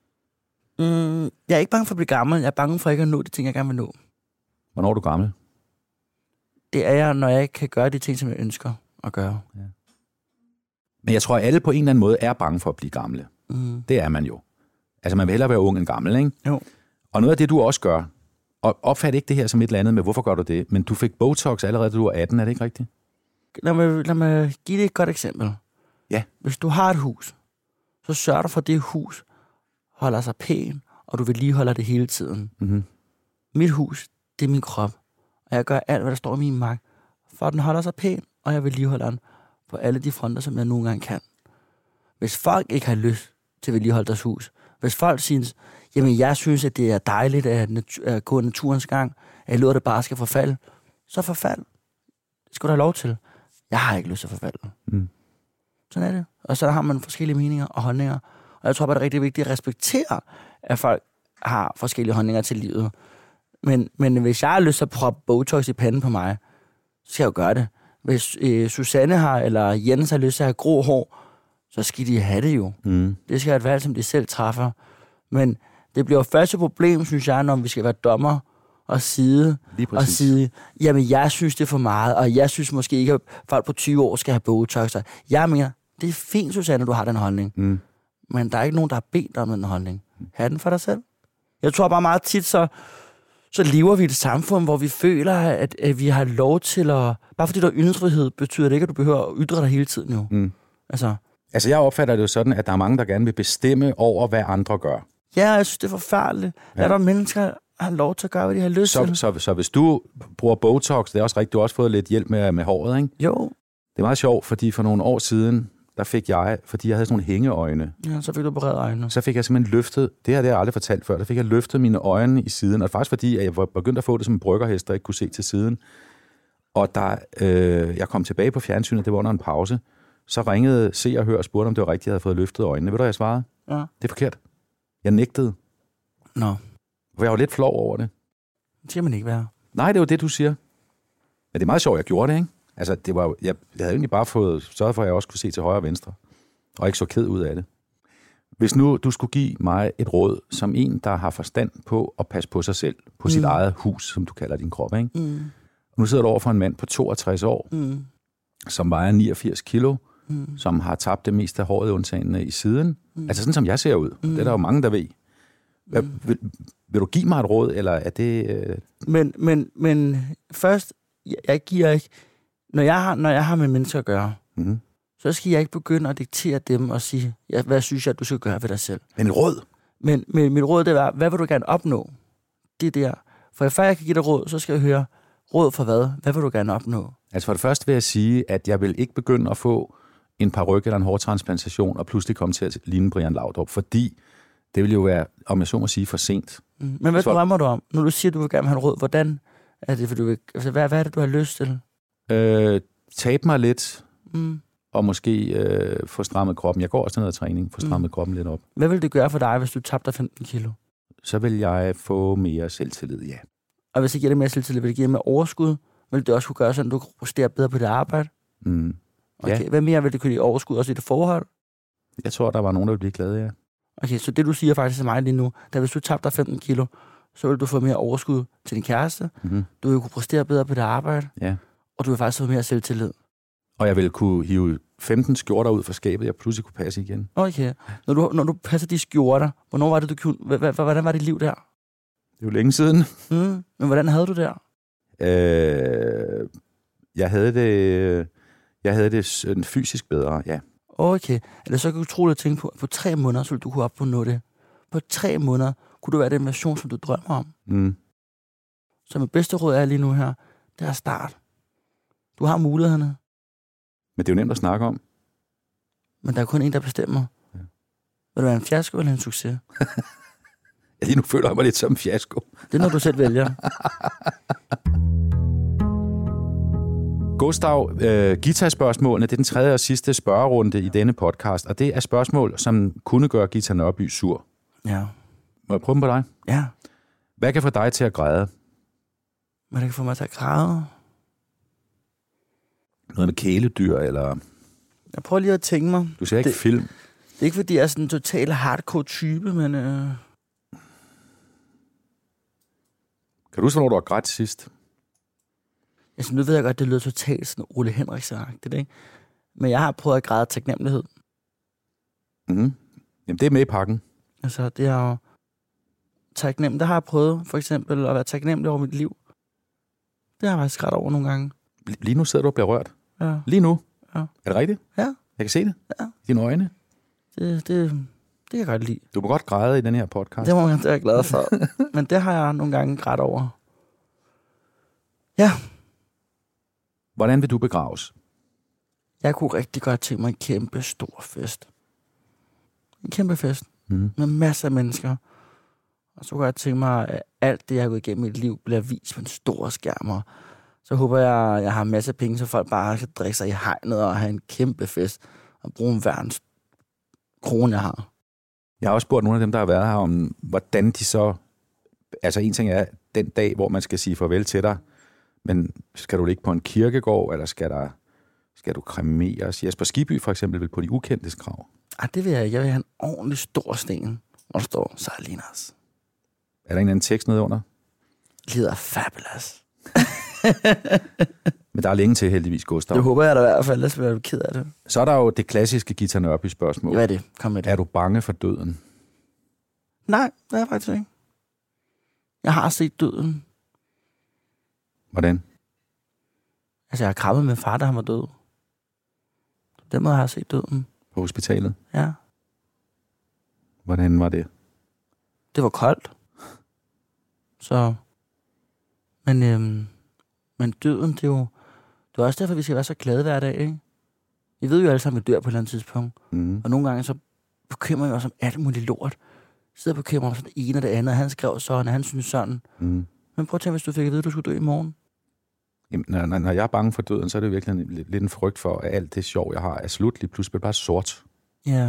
Speaker 1: Mm, jeg er ikke bange for at blive gammel. Jeg er bange for ikke at nå de ting, jeg gerne vil nå.
Speaker 2: Hvornår er du gammel?
Speaker 1: Det er jeg, når jeg ikke kan gøre de ting, som jeg ønsker at gøre. Ja.
Speaker 2: Men jeg tror, at alle på en eller anden måde er bange for at blive gamle.
Speaker 1: Mm.
Speaker 2: Det er man jo. Altså, man vil hellere være ung end gammel, ikke?
Speaker 1: Jo.
Speaker 2: Og noget af det, du også gør, og opfat ikke det her som et eller andet med, hvorfor gør du det, men du fik Botox allerede, da du var atten, er det ikke rigtigt?
Speaker 1: Lad mig, lad mig give dig et godt eksempel.
Speaker 2: Ja.
Speaker 1: Hvis du har et hus, så sørg dig for, at det hus holder sig pæn, og du vedligeholder det hele tiden.
Speaker 2: Mm-hmm.
Speaker 1: Mit hus, det er min krop, og jeg gør alt, hvad der står i min magt, for at den holder sig pæn, og jeg vedligeholder den på alle de fronter, som jeg nogle gange kan. Hvis folk ikke har lyst til at vedligeholde deres hus, hvis folk synes, jamen jeg synes, at det er dejligt at, nat- at gå naturens gang, at jeg låter det bare skal forfalde, så forfald. Det skal du have lov til. Jeg har ikke lyst til at forfalde.
Speaker 2: Mm.
Speaker 1: Sådan er det. Og så har man forskellige meninger og holdninger. Og jeg tror bare, det er rigtig vigtigt at respektere, at folk har forskellige holdninger til livet. Men, men hvis jeg har lyst til at proppe Botox i panden på mig, så skal jeg jo gøre det. Hvis øh, Susanne har, eller Jens har lyst til at have grå hår, så skal de have det jo.
Speaker 2: Mm.
Speaker 1: Det skal være et valg, som de selv træffer. Men det bliver jo første problem, synes jeg, når vi skal være dommer og sige, og sige, jamen jeg synes det er for meget, og jeg synes måske ikke, at folk på tyve år skal have Botox. Jeg mener, det er fint, Susanne, du har den holdning.
Speaker 2: Mm.
Speaker 1: Men der er ikke nogen, der har bedt om den holdning. Ha' den for dig selv. Jeg tror bare meget tit, så, så lever vi i et samfund, hvor vi føler, at, at vi har lov til at... Bare fordi der er ytringsfrihed, betyder det ikke, at du behøver at ytre dig hele tiden jo.
Speaker 2: Mm.
Speaker 1: Altså,
Speaker 2: Altså, jeg opfatter det jo sådan, at der er mange, der gerne vil bestemme over, hvad andre gør.
Speaker 1: ja, jeg synes, det er forfærdeligt. Ja. Er der mennesker, har lov til at gøre, hvad de har lyst
Speaker 2: Så,
Speaker 1: til?
Speaker 2: så, så hvis du bruger Botox, det er også rigtigt, du har også fået lidt hjælp med, med håret, ikke?
Speaker 1: Jo.
Speaker 2: Det er meget sjovt, fordi for nogle år siden, der fik jeg, fordi jeg havde sådan nogle hængeøjne,
Speaker 1: Ja, så fik du opereret øjnene.
Speaker 2: så fik jeg simpelthen løftet, det her det har jeg aldrig fortalt før, der fik jeg løftet mine øjne i siden, og faktisk fordi, at jeg var begyndt at få det som en bryggerhest, der ikke kunne se til siden. Og da øh, jeg kom tilbage på fjernsynet, det var under en pause, så ringede Se og Hør og spurgte, om det var rigtigt, jeg havde fået løftet øjnene. Ved du, hvad jeg svarede?
Speaker 1: Ja.
Speaker 2: Det er forkert. Jeg nægtede.
Speaker 1: Nå,
Speaker 2: For jeg var lidt flov over det.
Speaker 1: det skal man ikke være.
Speaker 2: Nej, det var det, du siger. Ja, det er meget sjovt, jeg gjorde det, ikke? Altså, det var, jeg, jeg havde egentlig bare fået sørget for, at jeg også kunne se til højre og venstre. Og ikke så ked ud af det. Hvis nu du skulle give mig et råd, som en, der har forstand på at passe på sig selv, på mm. sit eget hus, som du kalder din krop, ikke?
Speaker 1: Mm.
Speaker 2: Nu sidder du over for en mand på toogtres år,
Speaker 1: Mm.
Speaker 2: som vejer niogfirs kilo,
Speaker 1: Mm.
Speaker 2: som har tabt det meste af håret undtagende i siden. Mm. Altså sådan, som jeg ser ud. Mm. Det er der jo mange, der ved. Hvad, mm. vil, vil du give mig et råd, eller er det... Øh...
Speaker 1: Men, men, men først, jeg, jeg giver ikke... Når jeg har, når jeg har med mennesker at gøre,
Speaker 2: Mm.
Speaker 1: så skal jeg ikke begynde at diktere dem og sige, ja, hvad synes jeg, du skal gøre ved dig selv.
Speaker 2: Men et råd?
Speaker 1: Men, men mit råd, det var, hvad vil du gerne opnå? Det der. For før jeg kan give dig råd, så skal jeg høre, råd for hvad? Hvad vil du gerne opnå?
Speaker 2: Altså for det første vil jeg sige, at jeg vil ikke begynde at få en paryk eller en hårtransplantation, og pludselig komme til at ligne Brian Laudrup, fordi det vil jo være, om jeg så må sige, for sent.
Speaker 1: Mm. Men hvad
Speaker 2: Så-
Speaker 1: drømmer du om? Når du siger, du vil gerne have et råd, hvordan er det, for du vil, altså, hvad, hvad er det, du har lyst til?
Speaker 2: Øh, tabe mig lidt,
Speaker 1: Mm.
Speaker 2: og måske øh, få strammet kroppen. Jeg går også til noget træning, få strammet mm. kroppen lidt op.
Speaker 1: Hvad vil det gøre for dig, hvis du tabte dig femten kilo?
Speaker 2: Så vil jeg få mere selvtillid, ja.
Speaker 1: Og hvis det giver dig mere selvtillid, vil det give dig mere overskud? Vil det også kunne gøre sådan, at du kan præstere bedre på dit arbejde?
Speaker 2: Mm.
Speaker 1: Okay.
Speaker 2: Ja.
Speaker 1: Hvad mere vil det kunne give overskud også i det forhold?
Speaker 2: Jeg tror, der var nogen, der ville blive glade, ja.
Speaker 1: Okay, så det du siger faktisk til mig lige nu, da hvis du tabte dig femten kilo, så vil du få mere overskud til din kæreste,
Speaker 2: Mm-hmm.
Speaker 1: du vil kunne præstere bedre på dit arbejde,
Speaker 2: Ja.
Speaker 1: og du vil faktisk få mere selvtillid.
Speaker 2: Og jeg vil kunne hive femten skjorter ud fra skabet, jeg pludselig kunne passe igen.
Speaker 1: Okay. Når du, når du passer de skjorter, hvornår var det, du kunne... H- h- hvordan var dit liv der?
Speaker 2: Det er jo længe siden.
Speaker 1: Mm. Men hvordan havde du der?
Speaker 2: Øh, jeg havde det, jeg havde det sådan fysisk bedre, ja.
Speaker 1: Okay. Er det så ikke utroligt at tænke på, at på tre måneder, så ville du kunne opnå det? På tre måneder kunne du være den version, som du drømmer om.
Speaker 2: Mm.
Speaker 1: Så mit bedste råd er lige nu her, det er at starte. Du har mulighederne,
Speaker 2: Men det er jo nemt at snakke om.
Speaker 1: men der er kun en, der bestemmer.
Speaker 2: Ja.
Speaker 1: Vil du være en fiasko eller en succes?
Speaker 2: Ja, lige nu føler jeg mig lidt som en fiasko.
Speaker 1: Det er noget, du selv vælger.
Speaker 2: Gustav, øh, guitarspørgsmålene, det er den tredje og sidste spørgerunde i denne podcast, og det er spørgsmål, som kunne gøre Gita Nørby sur.
Speaker 1: Ja.
Speaker 2: Må jeg prøve dem på dig?
Speaker 1: Ja.
Speaker 2: Hvad kan få dig til at græde?
Speaker 1: Men det kan få mig til at græde.
Speaker 2: Noget med kæledyr, eller...
Speaker 1: Jeg prøver lige at tænke mig.
Speaker 2: Du ser ikke
Speaker 1: Det-
Speaker 2: film.
Speaker 1: Det er ikke, fordi jeg er sådan en total hardcore type, men... Øh...
Speaker 2: Kan du huske, hvornår du har grædt sidst?
Speaker 1: Altså, nu ved jeg godt, det lyder totalt sådan Ole Henriksen-agtigt, ikke? Men jeg har prøvet at græde af taknemmelighed.
Speaker 2: Mm-hmm. Jamen, det er med i pakken.
Speaker 1: Altså, det er jo... Taknem... Der har jeg prøvet, for eksempel, at være taknemmelig over mit liv. Det har jeg faktisk grædt over nogle gange.
Speaker 2: Lige nu sidder du og bliver rørt.
Speaker 1: Ja.
Speaker 2: Lige nu.
Speaker 1: Ja.
Speaker 2: Er det rigtigt?
Speaker 1: Ja.
Speaker 2: Jeg kan se det.
Speaker 1: Ja.
Speaker 2: I dine øjne.
Speaker 1: Det, det, det kan jeg godt lide.
Speaker 2: Du må godt græde i den her podcast.
Speaker 1: Det må man være glad for. Men det har jeg nogle gange grædt over. Ja.
Speaker 2: Hvordan vil du begraves?
Speaker 1: Jeg kunne rigtig godt tænke mig en kæmpe stor fest. En kæmpe fest.
Speaker 2: Mm.
Speaker 1: Med masser af mennesker. Og så kunne jeg tænke mig, at alt det, jeg har gået igennem i mit liv, bliver vist på en stor skærm. Og så håber jeg, at jeg har masser af penge, så folk bare kan drikke sig i hegnet og have en kæmpe fest. Og bruge en verdens krone, jeg har.
Speaker 2: Jeg har også spurgt nogle af dem, der har været her, om hvordan de så... Altså en ting er den dag, hvor man skal sige farvel til dig, men skal du ligge på en kirkegård, eller skal, der, skal du kremeres? Jesper Skibby for eksempel vil på de ukendtes grav.
Speaker 1: Ej, det vil jeg ikke. Jeg vil have en ordentlig stor sten, hvor der står Salinas.
Speaker 2: Er der en anden tekst nede under?
Speaker 1: Lider fabulous.
Speaker 2: Men der er længe til heldigvis, Gustav.
Speaker 1: Det håber jeg da i hvert fald, ellers vil jeg være ked af det.
Speaker 2: Så er der jo det klassiske Gita Nørby spørgsmål.
Speaker 1: Hvad er det? Kom med det.
Speaker 2: Er du bange for døden?
Speaker 1: Nej, det er jeg faktisk ikke. Jeg har set døden.
Speaker 2: Hvordan?
Speaker 1: Altså, jeg har krabbet med far, da han var død. På den måde har jeg set døden.
Speaker 2: På hospitalet?
Speaker 1: Ja.
Speaker 2: Hvordan var det?
Speaker 1: Det var koldt. Så... Men, øhm, men døden, det er jo... Det er også derfor, vi skal være så glade hver dag, ikke? Vi ved jo alle sammen, at vi dør på et eller andet tidspunkt.
Speaker 2: Mm.
Speaker 1: Og nogle gange så bekymrer vi os om alt muligt lort. Sidder og bekymrer os om det ene og det andet, og han skrev sådan, og han synes sådan.
Speaker 2: Mm.
Speaker 1: Men prøv at tænke, hvis du fik at vide, at du skulle dø i morgen.
Speaker 2: Jamen, når, når jeg er bange for døden, så er det virkelig lidt, lidt en frygt for, at alt det sjov, jeg har, er slut. Lige pludselig bliver bare sort.
Speaker 1: Ja.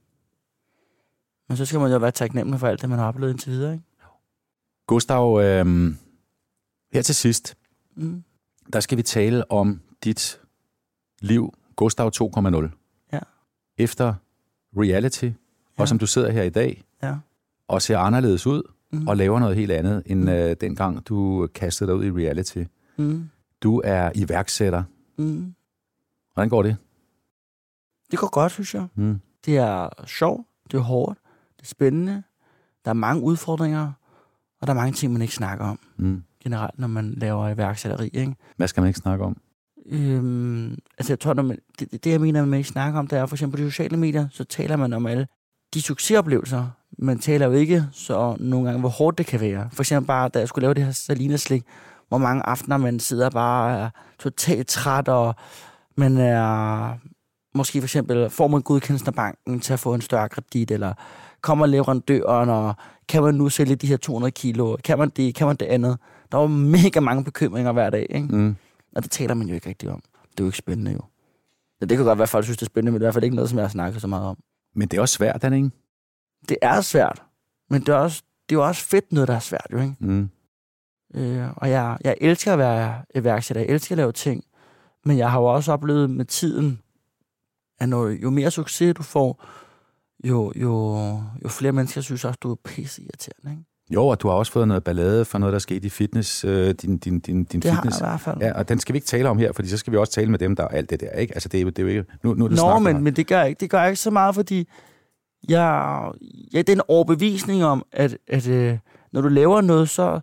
Speaker 1: Men så skal man jo være taknemmelig for alt det, man har oplevet indtil videre, ikke?
Speaker 2: Gustav, øh, her til sidst,
Speaker 1: mm.
Speaker 2: der skal vi tale om dit liv, Gustav to punkt nul.
Speaker 1: Ja.
Speaker 2: Efter reality, ja. Og som du sidder her i dag,
Speaker 1: ja.
Speaker 2: Og ser anderledes ud,
Speaker 1: mm.
Speaker 2: og laver noget helt andet, end mm. øh, dengang du kastede dig ud i reality.
Speaker 1: Mm.
Speaker 2: Du er iværksætter.
Speaker 1: Mm.
Speaker 2: Hvordan går det?
Speaker 1: Det går godt, synes jeg.
Speaker 2: Mm.
Speaker 1: Det er sjovt, det er hårdt, det er spændende. Der er mange udfordringer, og der er mange ting, man ikke snakker om.
Speaker 2: Mm.
Speaker 1: Generelt, når man laver iværksætteri, ikke?
Speaker 2: Hvad skal man ikke snakke om?
Speaker 1: Øhm, altså, jeg tror, når man, det, det, jeg mener, man ikke snakker om, det er for eksempel på de sociale medier, så taler man om alle de succesoplevelser. Man taler jo ikke så nogle gange, hvor hårdt det kan være. For eksempel bare, da jeg skulle lave det her Salinas-slik, hvor mange aftener man sidder bare og er totalt træt, og man er måske for eksempel, får man godkendelsen af banken til at få en større kredit, eller kommer leverandøren, og kan man nu sælge de her to hundrede kilo, kan man det, kan man det andet. Der var mega mange bekymringer hver dag, ikke?
Speaker 2: Mm.
Speaker 1: Og det taler man jo ikke rigtig om. Det er jo ikke spændende, jo. Så det kan godt være, at folk synes, det er spændende, men det er i hvert fald ikke noget, som jeg har snakket så meget om.
Speaker 2: Men det er også svært, er det ikke?
Speaker 1: Det er svært, men det er, også, det er jo også fedt noget, der er svært, jo, ikke?
Speaker 2: Mm.
Speaker 1: Øh, og jeg, jeg elsker at være iværksætter, jeg elsker at lave ting, men jeg har jo også oplevet med tiden, at når, jo mere succes du får, jo, jo, jo flere mennesker synes også, du er pisse irriterende, ikke?
Speaker 2: Jo, og du har også fået noget ballade for noget, der skete i fitness. Øh, din, din, din, din
Speaker 1: det
Speaker 2: fitness.
Speaker 1: har jeg i hvert fald.
Speaker 2: Ja, og den skal vi ikke tale om her, fordi så skal vi også tale med dem, der er alt det der, ikke? Altså, det er jo, det er jo ikke... Nu, nu er det
Speaker 1: Nå, men, men det gør jeg ikke. Det gør jeg ikke så meget, fordi jeg, jeg det er en overbevisning om, at, at øh, når du laver noget, så,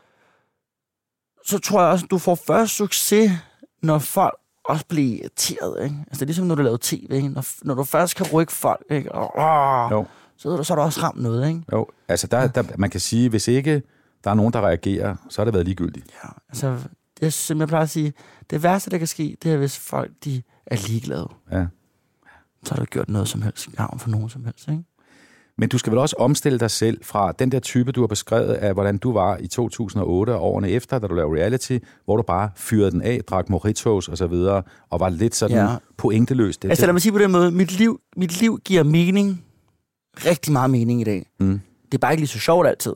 Speaker 1: så tror jeg også, at du får først succes, når folk også bliver irriteret, ikke? Altså, det er ligesom, når du laver tv, ikke? Når, når du først kan rykke folk, ikke? Og, åh,
Speaker 2: jo.
Speaker 1: Så, så er der også ramt noget, ikke?
Speaker 2: Jo, altså, der, der, man kan sige, hvis ikke der er nogen, der reagerer, så har det været ligegyldigt.
Speaker 1: Ja, altså, det, som jeg plejer at sige, det værste, der kan ske, det er, hvis folk, de er ligeglade.
Speaker 2: Ja.
Speaker 1: Så har du gjort noget som helst, gavn for nogen som helst, ikke?
Speaker 2: Men du skal vel også omstille dig selv fra den der type, du har beskrevet af, hvordan du var i to tusind og otte og årene efter, da du lavede reality, hvor du bare fyrede den af, drak mojitos og så videre, og var lidt sådan ja. pointeløs. Det,
Speaker 1: altså lad mig sige på den måde, mit liv, mit liv giver mening, rigtig meget mening i dag.
Speaker 2: Mm.
Speaker 1: Det er bare ikke lige så sjovt altid.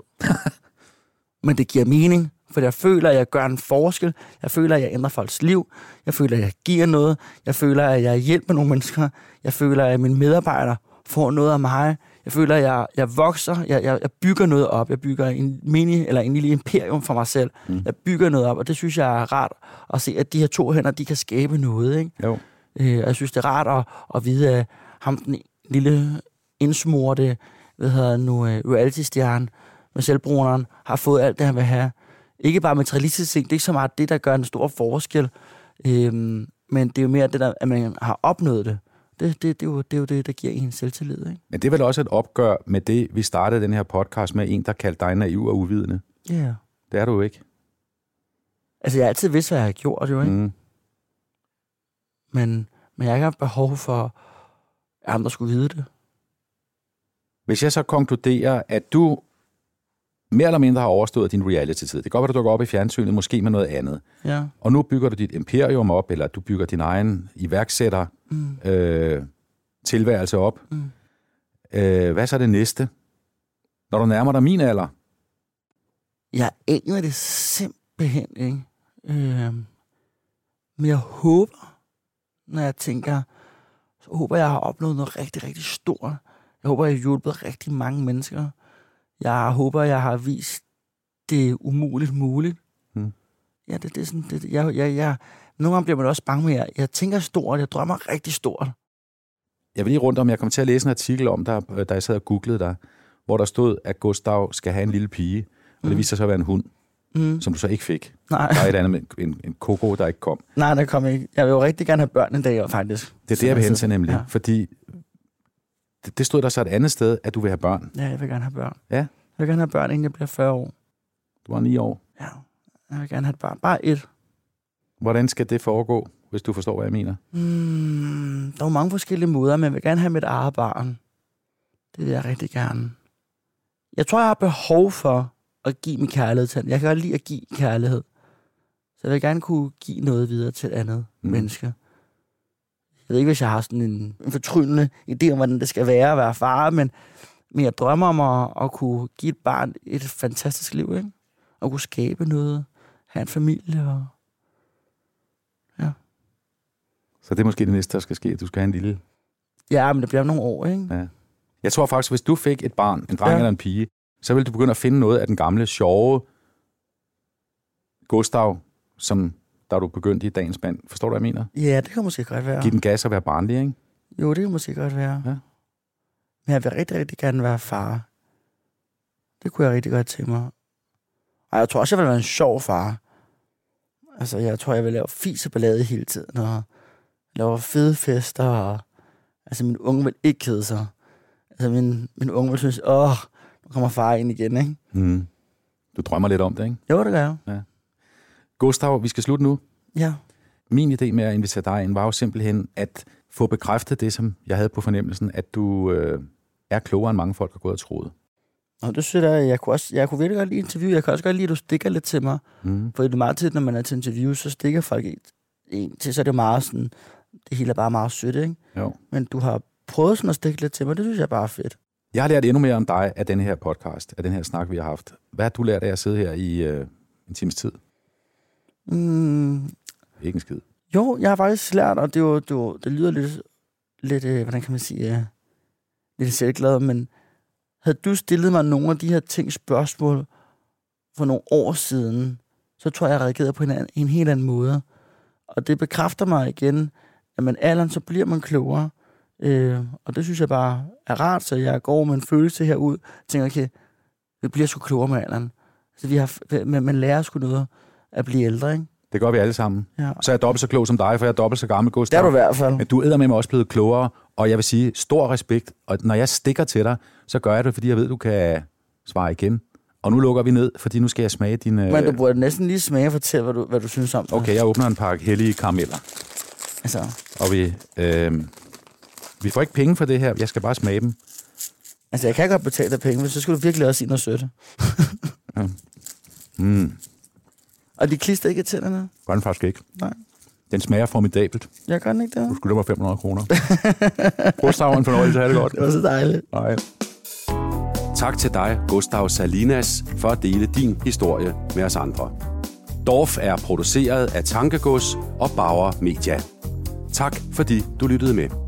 Speaker 1: Men det giver mening, for jeg føler, at jeg gør en forskel. Jeg føler, at jeg ændrer folks liv. Jeg føler, at jeg giver noget. Jeg føler, at jeg hjælper nogle mennesker. Jeg føler, at mine medarbejdere får noget af mig. Jeg føler, at jeg, jeg vokser. Jeg, jeg, jeg bygger noget op. Jeg bygger en mini eller en lille imperium for mig selv. Mm. Jeg bygger noget op, og det synes jeg er rart at se, at de her to hænder, de kan skabe noget, ikke?
Speaker 2: Jo.
Speaker 1: Øh, og jeg synes, det er rart at, at vide, at ham den lille indsmurte, hvad hedder nu, reality-stjerne med selvbrugeren, har fået alt det, han vil have. Ikke bare materialistisk ting, det er ikke så meget det, der gør en stor forskel, øhm, men det er jo mere det, der, at man har opnået det. Det, det, det, er, jo, det er jo det, der giver en selvtillid, ikke?
Speaker 2: Men det er vel også et opgør med det, vi startede den her podcast med, en, der kaldte dig naiv og uvidende.
Speaker 1: Ja. Yeah.
Speaker 2: Det er du jo ikke.
Speaker 1: Altså, jeg har altid vidst, hvad jeg har gjort, jo, ikke?
Speaker 2: Mm.
Speaker 1: Men, men jeg har ikke haft behov for, at andre skulle vide det.
Speaker 2: Hvis jeg så konkluderer, at du mere eller mindre har overstået din reality-tid. Det kan godt være, du dukker op i fjernsynet, måske med noget andet.
Speaker 1: Ja.
Speaker 2: Og nu bygger du dit imperium op, eller du bygger din egen iværksætter mm. øh, tilværelse op. Mm. Øh, hvad så er det næste? Når du nærmer dig min alder?
Speaker 1: Jeg aner det simpelthen ikke. Øh, men jeg håber, når jeg tænker, så håber jeg har opnået noget rigtig, rigtig stort. Jeg håber, jeg har hjulpet rigtig mange mennesker. Jeg håber, jeg har vist det umuligt muligt. Hmm. Ja, det, det er sådan, det, jeg, jeg, jeg, nogle gange bliver man også bange med, jeg, jeg tænker stort, jeg drømmer rigtig stort.
Speaker 2: Jeg vil lige rundt om, jeg kom til at læse en artikel om dig, da jeg sad og googlede dig, hvor der stod, at Gustav skal have en lille pige. Og det viste sig så at være en hund, mm. som du så ikke fik.
Speaker 8: Nej.
Speaker 2: Der er et andet med en, en koko, der ikke kom.
Speaker 8: Nej, der kom ikke. Jeg vil jo rigtig gerne have børn en dag, faktisk.
Speaker 2: Det er det, jeg vil hen til nemlig. Ja. Fordi det, det stod der så et andet sted, at du vil have børn.
Speaker 8: Ja, jeg vil gerne have børn.
Speaker 2: Ja.
Speaker 8: Jeg vil gerne have børn, inden jeg bliver fyrre år.
Speaker 2: Du var ni år.
Speaker 8: Ja, jeg vil gerne have et barn. Bare et.
Speaker 2: Hvordan skal det foregå, hvis du forstår, hvad jeg mener?
Speaker 8: Mm, der er jo mange forskellige måder, men jeg vil gerne have mit eget barn. Det vil jeg rigtig gerne. Jeg tror, jeg har behov for at give min kærlighed til. Jeg kan godt lide at give kærlighed. Så jeg vil gerne kunne give noget videre til et andet mm. menneske. Jeg ved ikke, hvis jeg har sådan en, en fortryllende idé om, hvordan det skal være at være far, men, men jeg drømmer om at, at kunne give et barn et fantastisk liv, ikke? At kunne skabe noget, have en familie og... Ja.
Speaker 2: Så det er måske det næste, der skal ske, at du skal have en lille...
Speaker 8: Ja, men det bliver nogle år, ikke?
Speaker 2: Ja. Jeg tror faktisk, hvis du fik et barn, en dreng ja. eller en pige, så ville du begynde at finde noget af den gamle, sjove Gustav, som der du begyndte i dagens mand. Forstår du, hvad jeg mener?
Speaker 8: Ja, det kan måske godt være.
Speaker 2: Giv den gas og være barnlig, ikke?
Speaker 8: Jo, det kan måske godt være.
Speaker 2: Ja.
Speaker 8: Men jeg vil rigtig, rigtig gerne være far. Det kunne jeg rigtig godt tænke mig. Og jeg tror også, jeg vil være en sjov far. Altså, jeg tror, jeg vil lave fis og ballade hele tiden, og lave fede fester, og altså, min unge vil ikke kede sig. Altså, min, min unge vil synes, åh, nu kommer far ind igen, ikke?
Speaker 2: Mm. Du drømmer lidt om det, ikke?
Speaker 8: Jo, det gør jeg.
Speaker 2: Ja. Gustav, vi skal slutte nu.
Speaker 8: Ja.
Speaker 2: Min idé med at invitere dig ind var jo simpelthen at få bekræftet det, som jeg havde på fornemmelsen, at du øh, er klogere end mange folk har gået og troet.
Speaker 8: Og det synes jeg, jeg kunne, også, jeg kunne virkelig godt lide interview. Jeg kan også godt lide, at du stikker lidt til mig. Mm. For det er meget tit, når man er til interview, så stikker folk en til, så er det meget sådan, det hele er bare meget sødt, ikke?
Speaker 2: Jo.
Speaker 8: Men du har prøvet sådan at stikke lidt til mig, det synes jeg bare er fedt. Jeg
Speaker 2: har lært endnu mere om dig af den her podcast, af den her snak, vi har haft. Hvad har du lært af at sidde her i øh, en times tid?
Speaker 8: Mm.
Speaker 2: Ikke en skid.
Speaker 8: Jo, jeg har faktisk lært, og det, jo, det, jo, det lyder lidt, lidt øh, hvordan kan man sige, øh, lidt selvglad, men havde du stillet mig nogle af de her ting spørgsmål for nogle år siden, så tror jeg, jeg reagerede på en, en, en helt anden måde. Og det bekræfter mig igen, at man alderen, så bliver man klogere. Øh, og det synes jeg bare er rart, så jeg går med en følelse herud, og tænker, okay, vi bliver sgu klogere med alderen. Så vi har, man, man lærer sgu noget at blive ældre, ikke?
Speaker 2: Det gør vi alle sammen.
Speaker 8: Ja.
Speaker 2: Så er jeg dobbelt så klog som dig, for jeg er dobbelt så gammel, Gustav.
Speaker 8: Det er du i hvert fald.
Speaker 2: Men du er eddermame også blevet klogere, og jeg vil sige stor respekt. Og når jeg stikker til dig, så gør jeg det, fordi jeg ved, du kan svare igen. Og nu lukker vi ned, fordi nu skal jeg smage dine...
Speaker 8: Men du burde næsten lige smage og fortælle, hvad du, hvad du synes om det.
Speaker 2: Okay, jeg åbner en pakke hellige karameller.
Speaker 8: Altså...
Speaker 2: Og vi... Øh, vi får ikke penge for det her, jeg skal bare smage dem.
Speaker 8: Altså, jeg kan godt betale dig penge, men så skal du virkelig også sige noget sødt.
Speaker 2: Ja. Mm.
Speaker 8: Og de klister ikke i tænderne?
Speaker 2: Gør den faktisk ikke.
Speaker 8: Nej.
Speaker 2: Den smager formidabelt.
Speaker 8: Jeg gør den ikke det.
Speaker 2: Du skylder mig fem hundrede kroner. Gustav, en fornøjelse, have det godt.
Speaker 8: Det var så dejligt.
Speaker 2: Nej.
Speaker 11: Tak til dig, Gustav Salinas, for at dele din historie med os andre. Dorf er produceret af Tankegods og Bauer Media. Tak fordi du lyttede med.